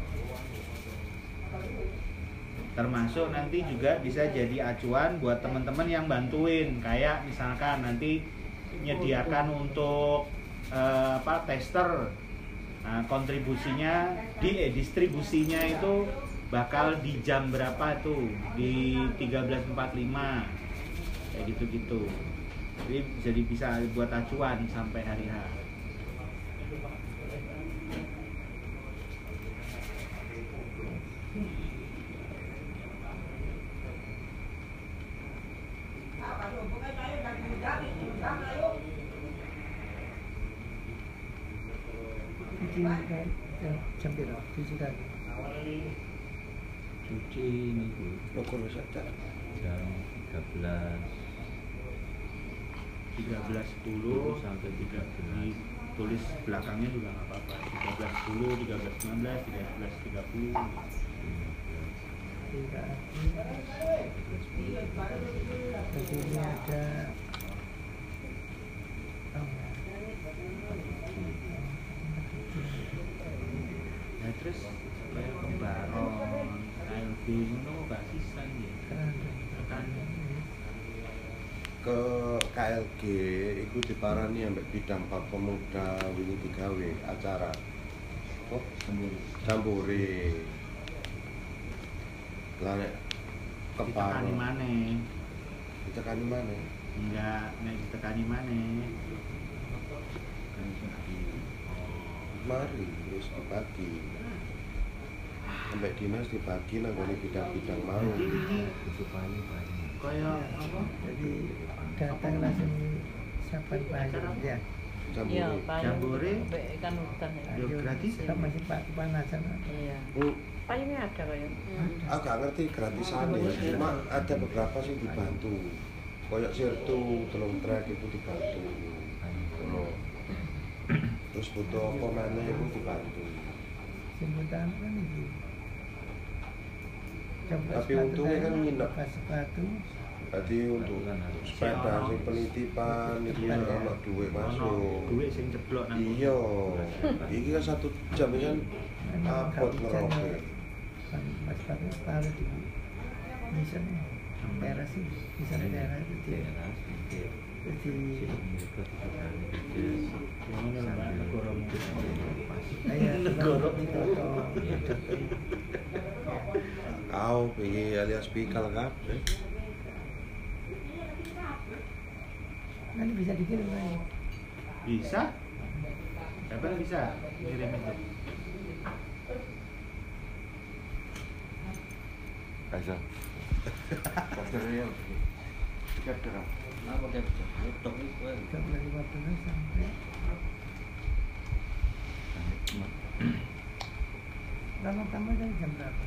Termasuk nanti juga bisa jadi acuan buat teman-teman yang bantuin, kayak misalkan nanti menyediakan untuk eh, apa tester. Nah, kontribusinya di eh, distribusinya itu bakal di jam berapa tuh, di tiga belas empat puluh lima kayak gitu-gitu. Jadi jadi bisa buat acuan sampai hari H. Jam berapa? Cuci kaki. Cuci ini Bu. Pukul saja. Jam tiga belas tiga belas sepuluh sampai tiga belas. Tulis belakangnya juga nggak apa-apa. tiga belas sepuluh, tiga belas sembilan belas, tiga belas tiga puluh. Jadi ini ada Nah terus kayak Pembaron, K L B itu basisan ya. Kan ke K L G itu diparani ambek bidang Pak Pemuda wingi digawe acara. Oh, jambore. Lah nek ditekani maneh. Ditekani maneh? Enggak, nek ditekani maneh. Mari terus dibagi. Sampai dinas dibagi nang bidang-bidang mau. Kayak apa? Jadi datang langsung saban payung ya. Iya, Jambore ikan hutan ya. Ya gratis ya. Sama si Pak Panasan. Iya. Hmm. Payungnya ada kayak. Aku gak ngerti gratisan ya, cuma ada beberapa sih dibantu. Kayak sirtu, telung trek itu dibantu. Kalau terus butuh apa mana itu dibantu. Sebutan kan itu. Tapi untungnya kan nginep. Pas sepatu. Jadi untuk sepeda sing penitipan itu kan ono duit masuk. Duit sing jeblok nang. Iya. Iki kan satu jam kan abot ngeroke. Kan Mas Tapi taruh di bisa teras sih, bisa teras itu dia. Jadi Ngono lho Mbak, negara mungkin. ayah negara itu Kau pergi alias pikal kabeh. nanti bisa dikirim lagi. Bisa? Kapan bisa ngirim itu? Aja. Kapternya. Kapter. Apa capture? Laptop itu kan. tiga bulan lima belas sampai pertama-tama dari jam berapa?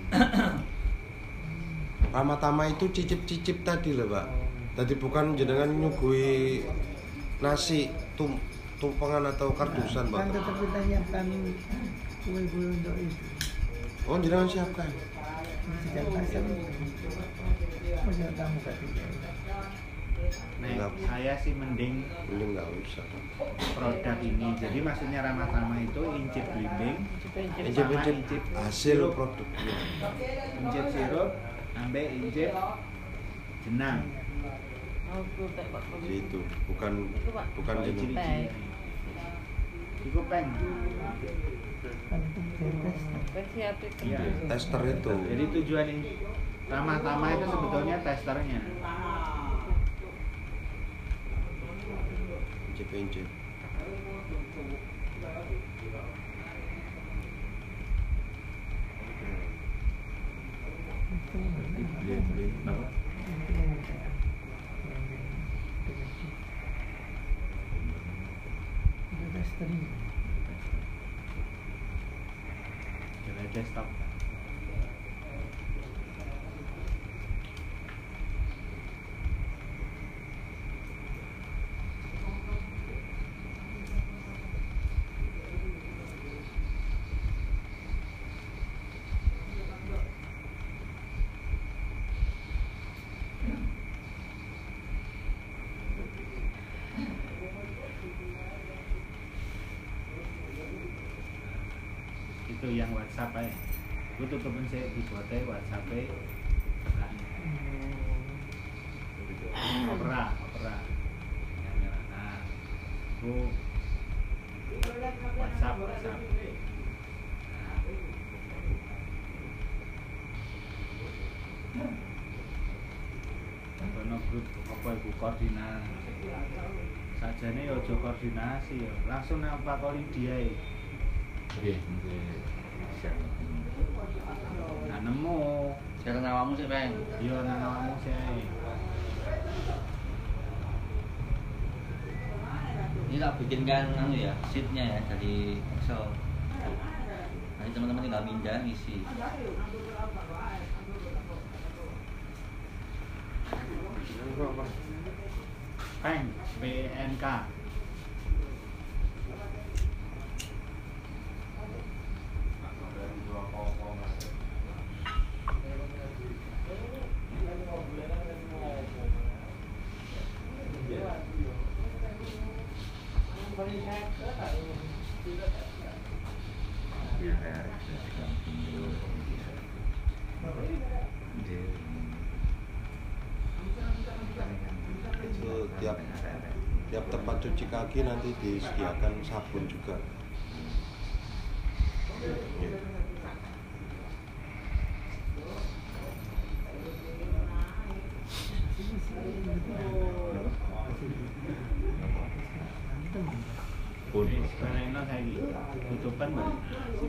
Pertama-tama itu cicip-cicip tadi loh, Pak. Tadi bukan jenengan nyugui nasi tum tumpengan atau kartusan, Pak. Kan tetap kita nyiapkan kue-kue untuk itu. Oh, jenengan siapkan. Sejak pasar punya kamu gak tidak. Nah, saya sih mending Mending nggak usah. produk ini. Jadi maksudnya ramah tamah itu incip blimbing, Incip-incip hasil produknya. incip sirup, ambek incip jenang. Oh, gue tak buat begitu. Itu bukan Itu, Pak. bukan Oh, jeneng. Peng. Iku peng. Kan itu bebas. Versi apik kan. Iya. Tester itu. Jadi tujuan ini ramah tamah itu sebetulnya testernya. Incip-incip. Apa? Bebas terima. Coba desktop. Itu yang WhatsApp aja. Gue tutupin saya dibuatnya WhatsApp-nya. Opera, opera. Nah, gue WhatsApp, WhatsApp. Kono grup apa iku koordinasi. Sajane ya aja koordinasi ya, langsung nang pakoli dia. Nggih, nggih. Nah nemu, Sekarang awamu sih, Bang. iya nang awakmu sih. Ini tak bikinkan anu ya, sheetnya ya dari Excel. Nanti teman-teman tinggal mindah ngisi. Peng, P N K. Itu tiap tiap tempat cuci kaki nanti disediakan sabun juga. Iya. Pun. Karena lagi tutupan balik.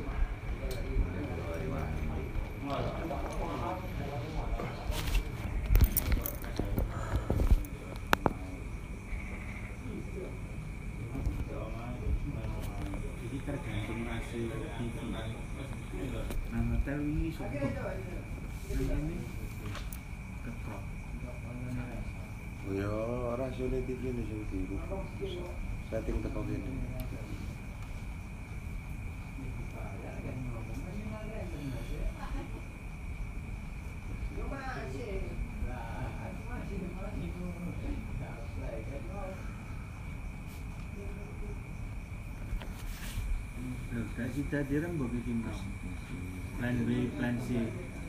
Jadi tergantung hasil T V. Nah hotel ini sobat. Nah ini keprok. Oh ya, rasio T V ini sing dirubah. Setting teko kene. cita-cita dirembuk iki mau. Plan B, plan C.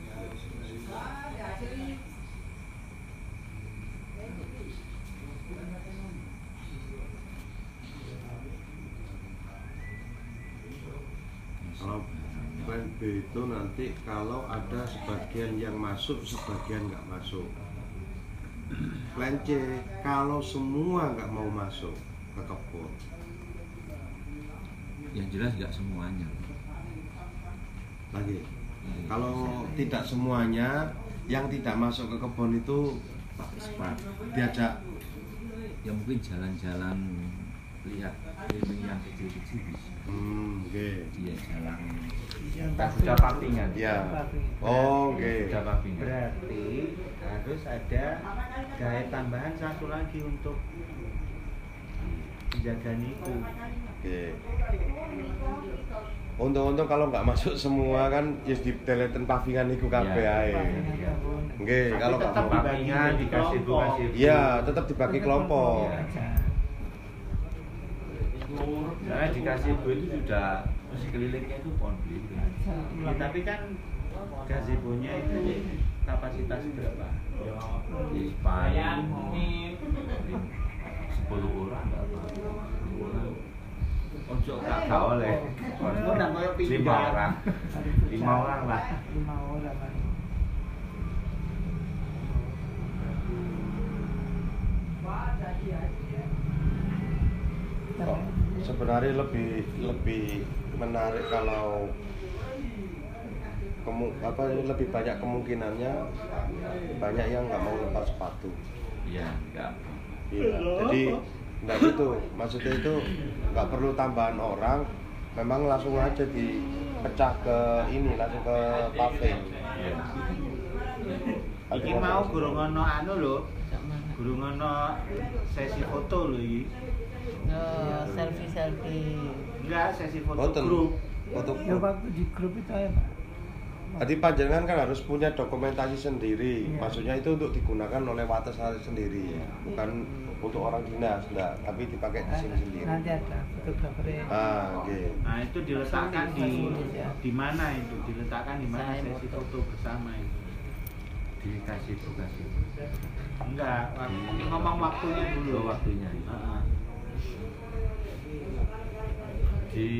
Kalau plan B itu nanti kalau ada sebagian yang masuk, sebagian nggak masuk. Plan C kalau semua nggak mau masuk ke kebun. Yang jelas nggak semuanya. Lagi, kalau tidak semuanya, yang tidak masuk ke kebun itu diajak. Ya mungkin jalan-jalan lihat keliling yang kecil-kecil bisa. Hmm, oke. Okay. Iya jalan. Yang Sudah papingan. Ya. Oh, oke. Okay. Sudah papingan. Berarti harus ada gaya tambahan satu lagi untuk menjaga niku. Oke. Untung-untung kalau nggak masuk semua kan yes diteletin pavingan niku kabeh ae. Oke, kalau nggak tetap mau dibagi dikasih dikasih. iya, tetap dibagi kelompok. Karena dikasih bu itu sudah sekelilingnya itu pohon belimbing. Ya, tapi kan gazebo-nya itu kapasitas berapa? Di paling sepuluh orang nggak apa. Ojo kakak oleh. Lima orang. Lima orang lah. Lima orang lah. Kok sebenarnya lebih lebih menarik kalau kemu, apa lebih banyak kemungkinannya banyak yang nggak mau lepas sepatu. Iya, enggak. Iya, jadi nggak gitu. Maksudnya itu nggak perlu tambahan orang, memang langsung aja dipecah ke ini, langsung ke paving. Iya. Iki mau guru ngono anu lho. Guru ngono sesi foto lho iki. Oh, selfie-selfie. Enggak, sesi foto Foto. grup. Foto Ya waktu di grup itu ya Pak. Jadi panjenengan kan harus punya dokumentasi sendiri. Iya. Maksudnya itu untuk digunakan oleh Wates sendiri ya. Bukan untuk orang dinas, enggak, tapi dipakai di sini sendiri. Nanti ada fotografernya. Ah, oke. Nah, itu diletakkan di di mana itu? Diletakkan di mana sesi foto bersama itu? Dikasih tugas itu. Enggak, ngomong waktunya dulu. Oh, waktunya. Heeh. Di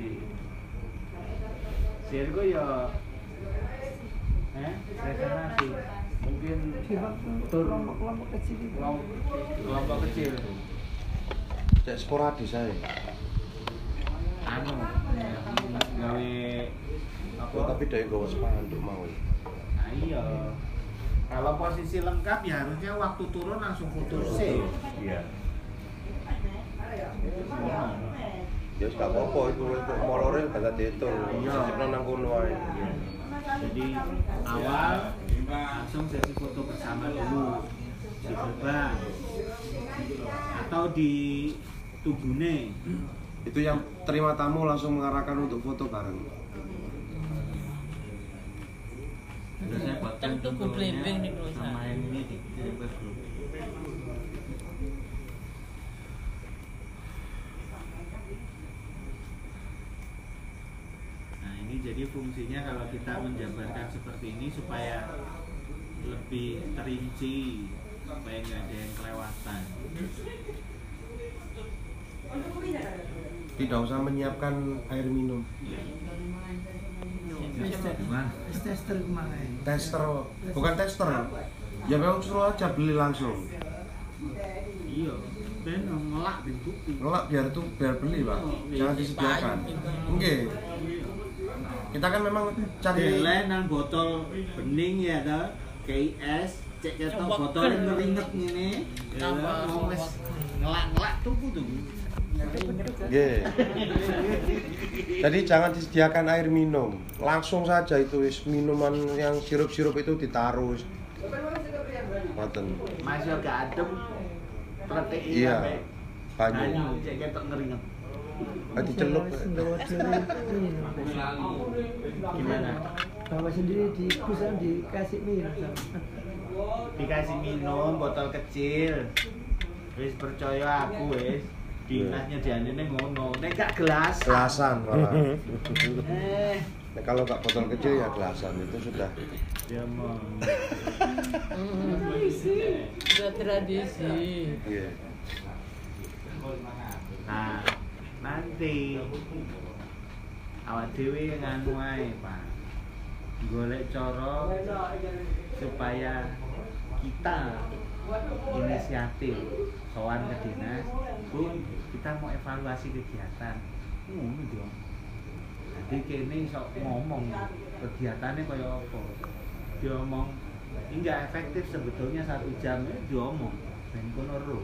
Sirgo ya eh resonansi mungkin Di waktu kelompok-kelompok kecil itu. kelompok, kelompok kecil Cek sporadis saya. anu gawe apa Oh, tapi dari gawa spanduk mau. nah iya kalau posisi lengkap ya harusnya waktu turun langsung foto sih. Iya. Ya wis gak apa-apa itu untuk molore gak dihitung. Iya. Sisipno nang kono ae. Jadi awal langsung sesi foto bersama dulu di gerbang atau di Tugune. Itu yang terima tamu langsung mengarahkan untuk foto bareng. Biasanya buat Kan Tugu Blimbing nih, Bro. sama yang ini di di grup. Nah ini jadi fungsinya kalau kita menjabarkan seperti ini supaya lebih terinci, supaya nggak ada yang kelewatan. Tidak usah menyiapkan air minum. Gimana? Tes tester kemarin. Tester, bukan tester. Ya memang suruh aja beli langsung. Iya, ben ngelak di bukti. Ngelak biar itu biar beli, Pak. Jangan disediakan. Oke. Kita kan memang cari Delen nang botol bening ya ta, K I S, cek ketok botol ngeringet ngene. Ya, Tambah mau wis ngelak-ngelak tuku tuh. Nggih. Jadi jangan disediakan air minum. Langsung saja itu wis minuman yang sirup-sirup itu ditaruh. Ngoten. Mas yo gak adem. Protein Iya. sampai Banyu. banyu, cek ketok ngeringet. Ah dicelup. Bawa sendiri minum. Gimana? Bawa sendiri di kusan dikasih minum. Dikasih minum botol kecil. Wis percaya aku wis. Dinasnya dianene ngono, nek gak gelas. Gelasan malah. Eh, Nah, kalau nggak botol kecil ya gelasan itu sudah. dia mau. Sudah tradisi. Iya. Nah, nanti awak dhewe nganu ae, Pak. Golek cara supaya kita inisiatif sowan ke dinas, Bu, kita mau evaluasi kegiatan. Ngono yo. Jadi kene iso ngomong kegiatannya kaya apa. Diomong ini nggak efektif sebetulnya satu jam ya diomong ben kono ro.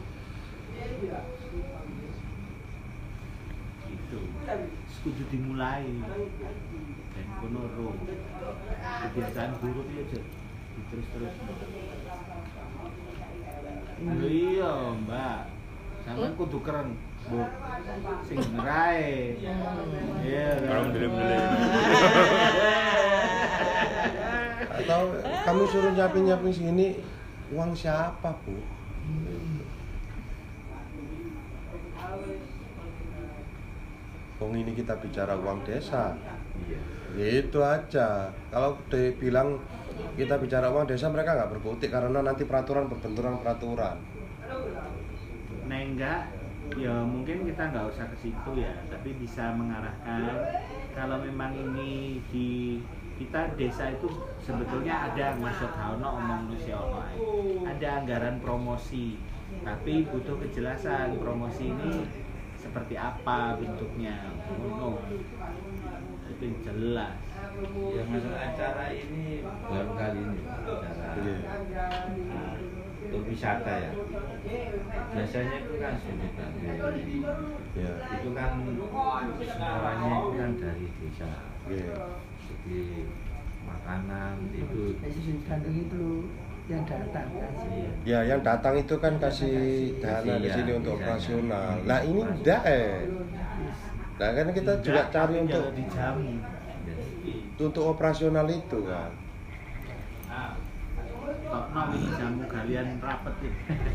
Itu kudu dimulai ben kono ro. Kebiasaan buruk ya aja terus-terus. Iya, Mbak. Sampeyan kudu keren, Bu. Sing ngerae. Iya. Kalau mendelim-delim. Atau kamu suruh nyiapin-nyiapin sini uang siapa, Bu? Wong ini kita bicara uang desa. Itu aja. Kalau dibilang kita bicara uang desa, mereka nggak berkutik karena nanti peraturan berbenturan peraturan. Nah enggak, ya mungkin kita nggak usah ke situ ya, tapi bisa mengarahkan kalau memang ini di kita desa itu sebetulnya ada masuk ono omong manusia ono ada anggaran promosi, tapi butuh kejelasan promosi ini seperti apa bentuknya, ono itu jelas. Ya masalah acara ini baru kali ini acara untuk wisata ya. Biasanya itu kan sulit nanti. Ya. Itu kan semuanya itu kan dari desa. Ya. Jadi makanan itu. itu yang datang kasih. Ya, yang datang itu kan kasih dana di sini untuk operasional. Nah ini enggak eh. Nah kan kita juga cari untuk dijamin untuk operasional itu kan. Tokno ini jamu kalian rapet ya.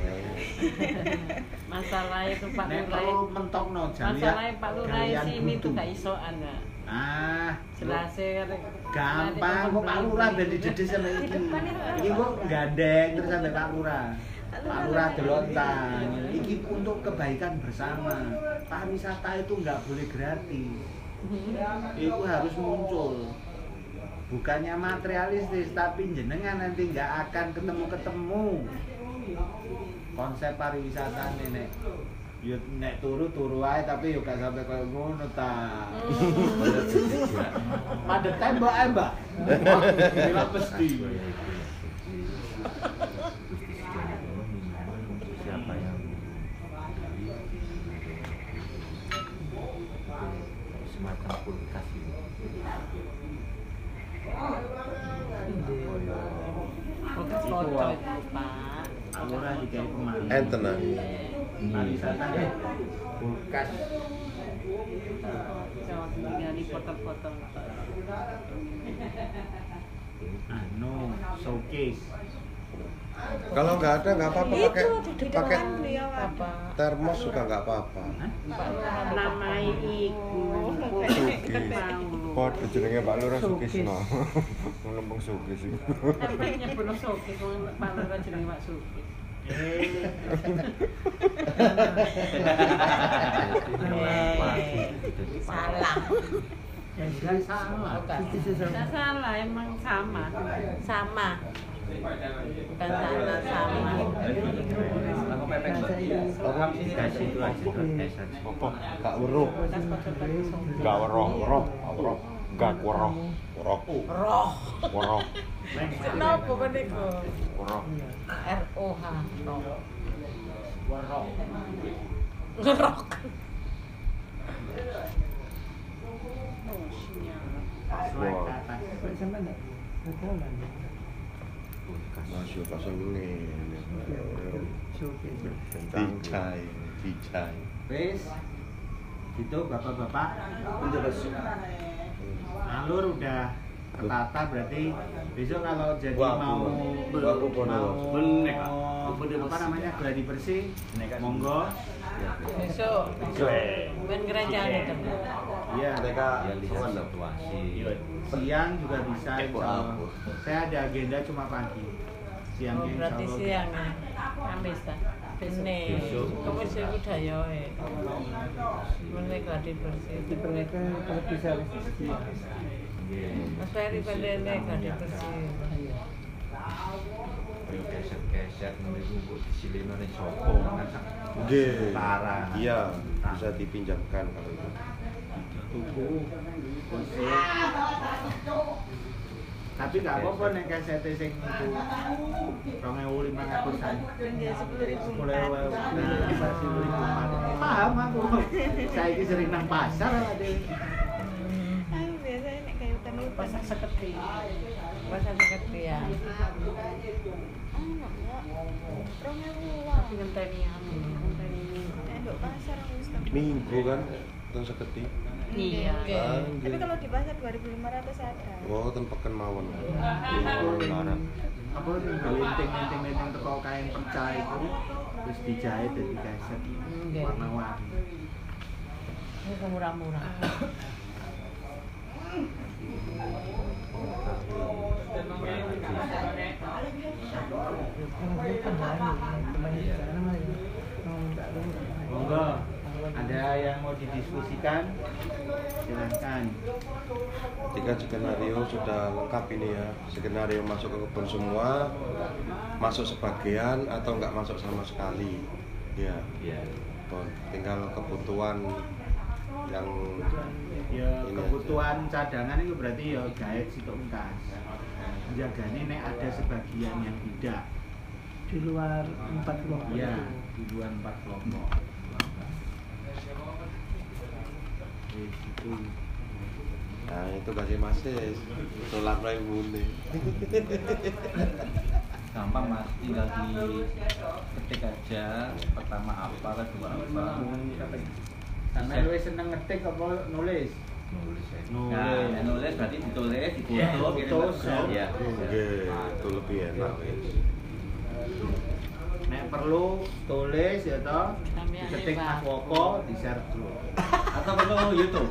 Masalah itu Pak Nek Lurah. perlu mentokno jamu. Masalahnya Pak Lurah sini tuh gak isoan ya. Ah, Jelasnya kan gampang kok Pak Lurah ben didedes sama iki. Iki kok gandeng terus sampai Pak Lurah. Pak Lurah delontang. Iki untuk kebaikan bersama. Pariwisata itu nggak boleh gratis. Itu harus muncul. Bukannya materialistis, tapi jenengan nanti nggak akan ketemu-ketemu. Konsep pariwisata nek yo nek turu-turu ae tapi yo gak sampai koyo ngono ta. Padha tembok ae, Mbak. Ora pasti. Siapa yang semacam kulkas ini. Kulkas foto itu Pak. Ora digawe pemain. Enten ah. Pariwisata Kulkas Jangan tinggal di foto-foto. anu showcase. Kalau nggak ada nggak apa-apa pakai pakai Apa? termos juga nggak apa-apa. Namai iku. Sugih. Pot jenenge Pak Lurah Sugisno. Ngomong Sugis iku. Sampai nyebut Sugis, Pak Lurah jenenge Pak Sugis. Salah. Enggak salah. Tidak salah, emang sama. Sama. Bukan salah, sama. Aku pepek Apa? kasih itu aja tes aja. Apa? Gak weruh. Gak weroh, weroh, weroh. Gak weroh, weroh, Roh. weroh, Kenapa kan itu? weroh. R O H. Roh. Warok. Ngerok. Slide ke atas. Sama enggak? Betulan. Masuk pasang ini. Dicai, dicai. Wis. Gitu Bapak-bapak. Alur udah ketata berarti besok kalau jadi Wah, mau wah, aku mau bonus. Benek, Pak. apa namanya gladi bersih, monggo. Besok ben kerajaan itu. Iya. Mereka Ya lihat situasi. Siang juga bisa. Eh, insya buat Allah. apa? Saya ada agenda cuma pagi. Siangnya insya Berarti Allah. siang ya. Kamis ta. Bene. Besok. Kamis sing budaya e. Mene gladi bersih. Di mereka kalau bisa resisi. Mas Ferry pendene gladi bersih. Ayo geser-geser niku mbok disilinane sapa kan sak Nggih. Parah. Iya, bisa dipinjamkan kalau itu. Tuku. Tapi nggak apa-apa nek kasete sing itu dua ribu lima ratusan. sepuluh ribu. Sepuluh ribu empat. Paham aku. Saya ini sering nang pasar lah deh. Aku biasanya nek kayak utang lu pasang seketi. Pasang seketi ya. Tapi ngenteni anu, ngenteni Endok pasar wis tak. Minggu kan, teng seketi. Iya. Ah, Tapi nggih. kalau di pasar dua ribu lima ratus ada. Oh, tempeken mawon. Larang. Apa nih lenting-lenting-lenting teko kain pecah itu terus dijahit jadi kaset Nggih. warna-warni. Ini murah-murah. Monggo, ada yang mau didiskusikan? Silahkan. Tiga skenario sudah lengkap ini ya. Skenario masuk ke kebun semua, masuk sebagian atau nggak masuk sama sekali. Ya, Iya. bon. Tinggal kebutuhan yang Ya Ini kebutuhan cadangan itu berarti ya jahit sitok engkas. Jagane nek ada sebagian yang tidak. Di luar empat kelompok. Iya, di luar empat kelompok. Wis itu. Nah itu kasih masis, tolak mulai mune. Gampang Mas, tinggal diketik aja pertama apa, kedua apa. Sampai lu seneng ngetik apa nulis? Nulis ya. Nulis. Nah, nulis berarti ditulis, difoto, kirim foto, WhatsApp. so. Ya. Oke, itu lebih enak. Wis. Nek perlu tulis ya toh, diketik Mas Woko, di-share dulu. Atau perlu YouTube.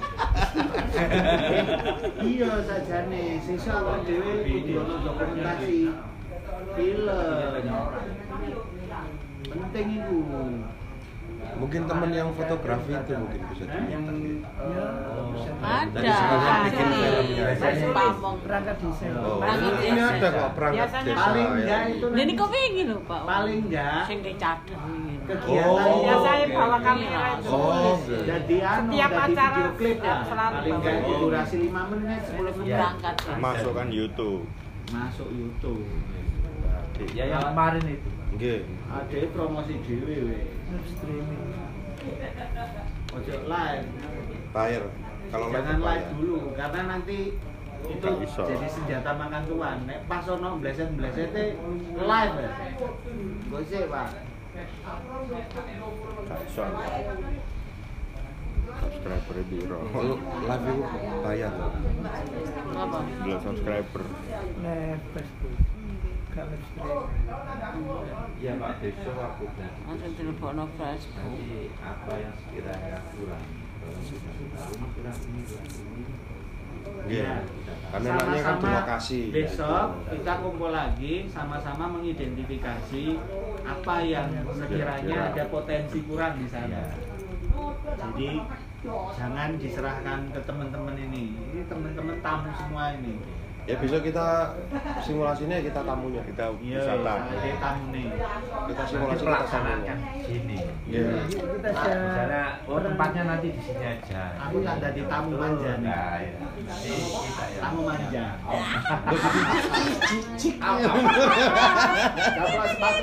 Iya sajane, sisa awak dhewe kudu ono dokumentasi film. Penting itu. Mungkin teman yang fotografi itu mungkin bisa Yang diminta. Ada. Jadi sekalian bikin Pasti. filmnya. Mas Pamong. Perangkat desain. Oh, Perangkat ini desa. ada kok perangkat Biasanya desa paling ya. enggak itu Ini kok wingi lho, Pak. paling enggak Sing dicadang wingi. kegiatan Oh, Biasanya oke, bawa oke. kamera itu. Oh, oke. jadi anu Setiap jadi acara video klip ya selalu paling enggak bawa. di durasi lima menit sepuluh menit Berangkat. Masukkan YouTube. masuk YouTube. Ya yang kemarin itu. Nggih. Ada promosi dhewe we. Streaming. Ojo live. Bayar. Kalau live Jangan live bayar. dulu karena nanti itu Nggak bisa. jadi senjata makan tuan. Nek pas ono bleset-blesete live ya. Gosip, Pak. Gak iso. Subscriber biro. Kalau live itu bayar loh. Apa? Belum subscriber. Nah, Facebook. Kalau streaming. Ya Pak, besok aku ganti. Langsung telepon Facebook. Nanti apa yang sekiranya kurang. Kalau sudah tahu ini kurang ini kurang ini. Iya. Karena enaknya kan di lokasi. Besok kita kumpul lagi sama-sama mengidentifikasi apa yang sekiranya ada potensi kurang di sana. Jadi jangan diserahkan ke teman-teman ini. Ini teman-teman tamu semua ini. Ya besok kita simulasinya kita tamunya. Kita Iya, wisata. ada tamu nih. Kita Nanti simulasi kita pelaksanakan tamunya. sini. Iya. Kita Nah, bisa misalnya, oh tempatnya nanti di sini aja. Aku tak jadi tamu manja nih. Nah, ya. Nanti kita yang Tamu manja. Cicik. Kalau sepatu.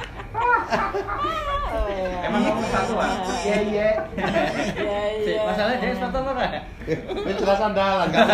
Emang kamu satu ah? Iya iya. Iya, iya. Masalahnya dia sepatu apa? Ini jelas andalan kan.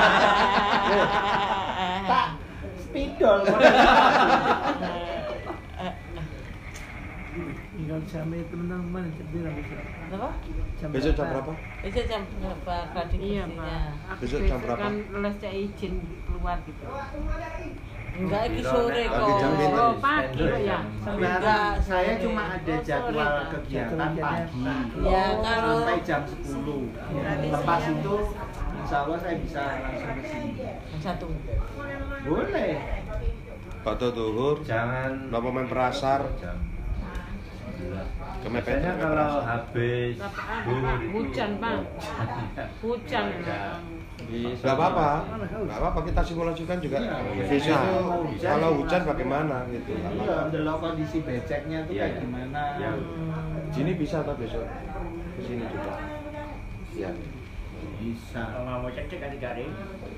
Tak spidol. Tinggal jamnya teman-teman bilang besok. Apa? Besok jam berapa? Besok jam berapa gladi Iya, bersihnya? Pak. Aku Besok jam besok berapa? kan les cek izin keluar gitu. Enggak, ini sore kok. Lagi jam pinter. Oh, pagi kok ya. Sebenarnya saya sore. cuma ada jadwal kegiatan pagi Ya, kalau sampai jam sepuluh. Lepas itu insya Allah saya bisa langsung ke sini. satu. Boleh. Waktu duhur, Jangan napa main perasar, jam kemepet Biasanya kalau habis Apaan, duhur Pak? itu Hujan, Pak. Hujan. nggak apa-apa, nggak apa-apa kita simulasikan juga. Besok itu kalau hujan bagaimana gitu. nggak Iya, apa-apa. delok kondisi beceknya tuh Iya. kayak gimana. Ya, Sini bisa atau besok? Ke sini juga. Ya. Bisa. Kalau mau cek-cek garing-garing.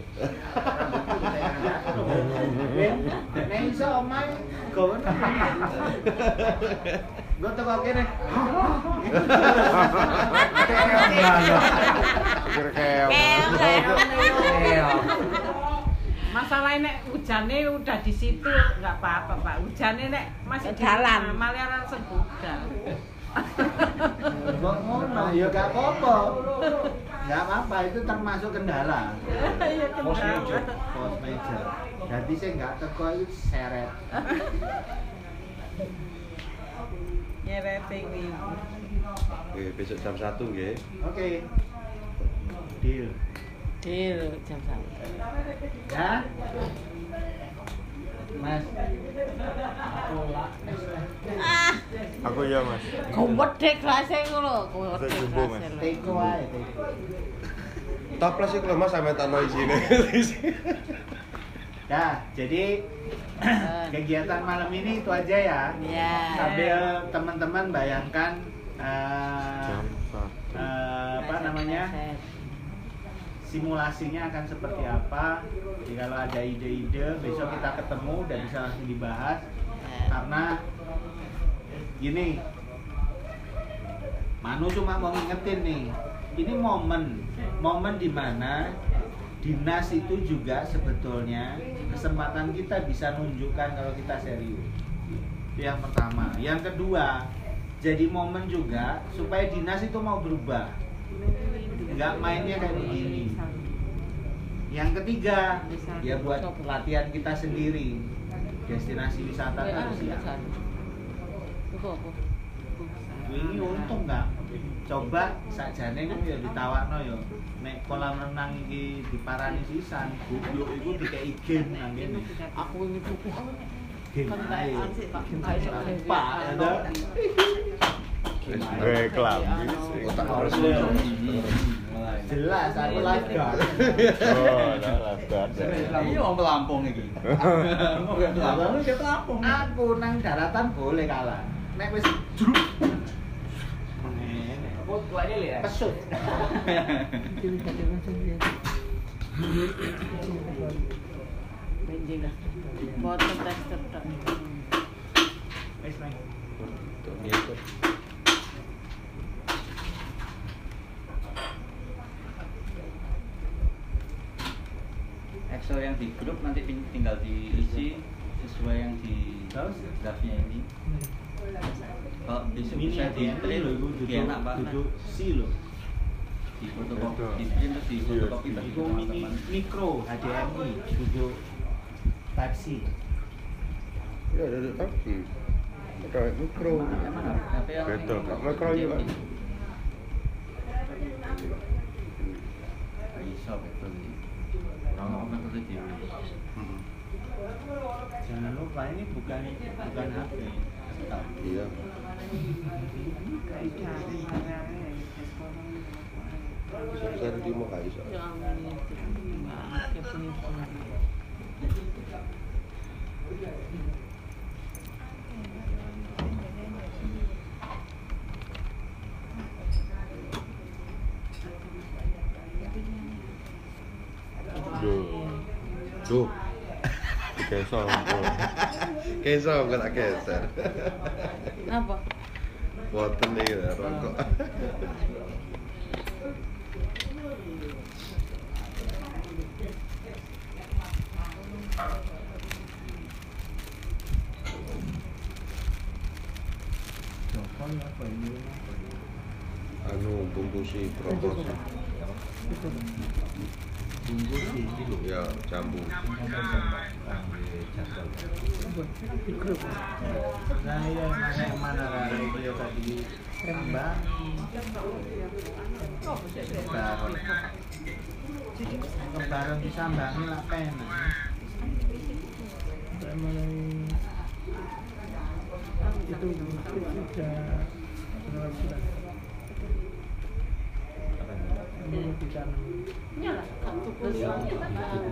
Nek iso omae gawen. Gue teko kene. Pikir keong. Masalahnya nek hujannya udah di situ nggak apa-apa Pak. Hujannya nek masih di Jalan. malah langsung buka. Kok ngono ya gak apa-apa. Gak apa-apa itu termasuk kendala. Iya Pos kendala. major, pos major. Jadi saya nggak teko itu seret. Nyerete kuwi. Oke, besok jam satu nggih. Oke. Deal. Deal jam satu. Ya. Mas. Ah, Aku ya mas. gede kelasnya ngono, Bisa gede jumbo, Mas. kelasnya. Teko ae, teko. Toples iku lho Mas sampe tak isine. Ya, jadi kegiatan malam ini itu aja ya. Ya. Sambil teman-teman bayangkan eh, Jam satu. eh, apa namanya simulasinya akan seperti apa. Jadi kalau ada ide-ide besok kita ketemu dan bisa langsung dibahas. Karena gini, Manu cuma mau ngingetin nih, ini momen momen dimana dinas itu juga sebetulnya kesempatan kita bisa nunjukkan kalau kita serius. Itu yang pertama. Yang kedua, jadi momen juga supaya dinas itu mau berubah, nggak mainnya kayak begini. Yang ketiga, ya buat latihan kita sendiri. Destinasi wisata Ya, harus siap. Itu apa? Ini untung nggak? Coba sakjane ku ya ditawakno ya. Nek kolam renang iki diparani sisan, gubyuk iku dikeki game nang kene. Aku ini buku. Game Kan ae. kayak sih Pak. Kayak soalnya. Pak, ada. Reklam. Otak harus Jelas aku lifeguard. Oh, nah, lifeguard. Iya mau pelampung iki. Mau gak pelampung ya pelampung. Aku nang daratan boleh kalah. Nek wis jruk. Aku tuanya lihat. Pesut. Benjing lah. Botol tester tak. Wis nang. Excel yang di grup nanti ting- tinggal diisi sesuai yang di draftnya ini. Kalau besok Mini bisa di A T M print lho iku lebih enak Pak. duduk si lho. Di fotokopi, di print terus di fotokopi bagi Iku mini teman-teman. mikro H D M I duduk Type C. Ya ada tapi. Kayak mikro. Yang mana? H P yang Betul. Mikro juga. Bisa betul. Orang orang terus di Jangan lupa ini bukan bukan H P. Iya. Saya di mau kayak iso. Jangan itu. Pakai penipuan. Duh. Duh. Dikesong. Keso kok tak geser. Apa? Boten iki rokok. Kon apa ini? Anu bungkusi promosi. Bungkusi Ya jambu. Nah iya mana yang mana lah itu ya tadi tambah. Bareng. Bareng disambangi lah penak. mulai itu sudah berapa bulan? Belum kita Nyala, kartu kuliah kita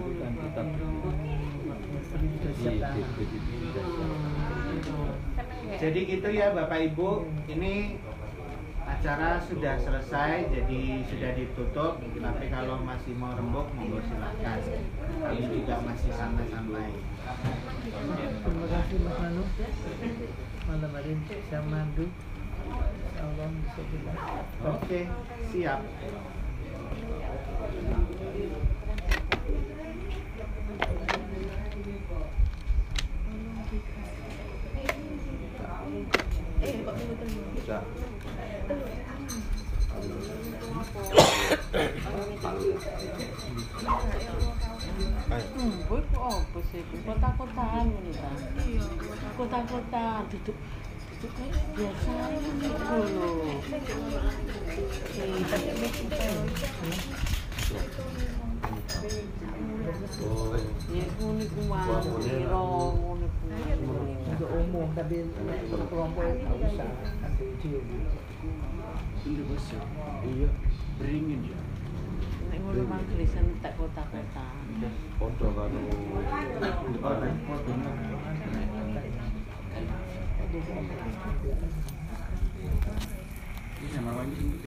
Jadi gitu ya Bapak Ibu, ini acara sudah selesai, jadi sudah ditutup. Tapi kalau masih mau rembuk, monggo silakan. Kami juga masih santai-santai. Terima kasih Mas Manu. Malam hari ini saya mandu. Allah bisa bilang. Oke, siap. Bisa. Hmm, boy kok apa sih? Kota-kotaan ini kan? Iya, kota-kotaan duduk duduk kayak biasa gitu loh. Ya kuning kumang, irong, kuning kumang. Untuk umum tapi kelompok nggak usah nanti dia. Iya, beringin ya. Nek ngono mangklisan tak kota-kota. Podo karo Ini nama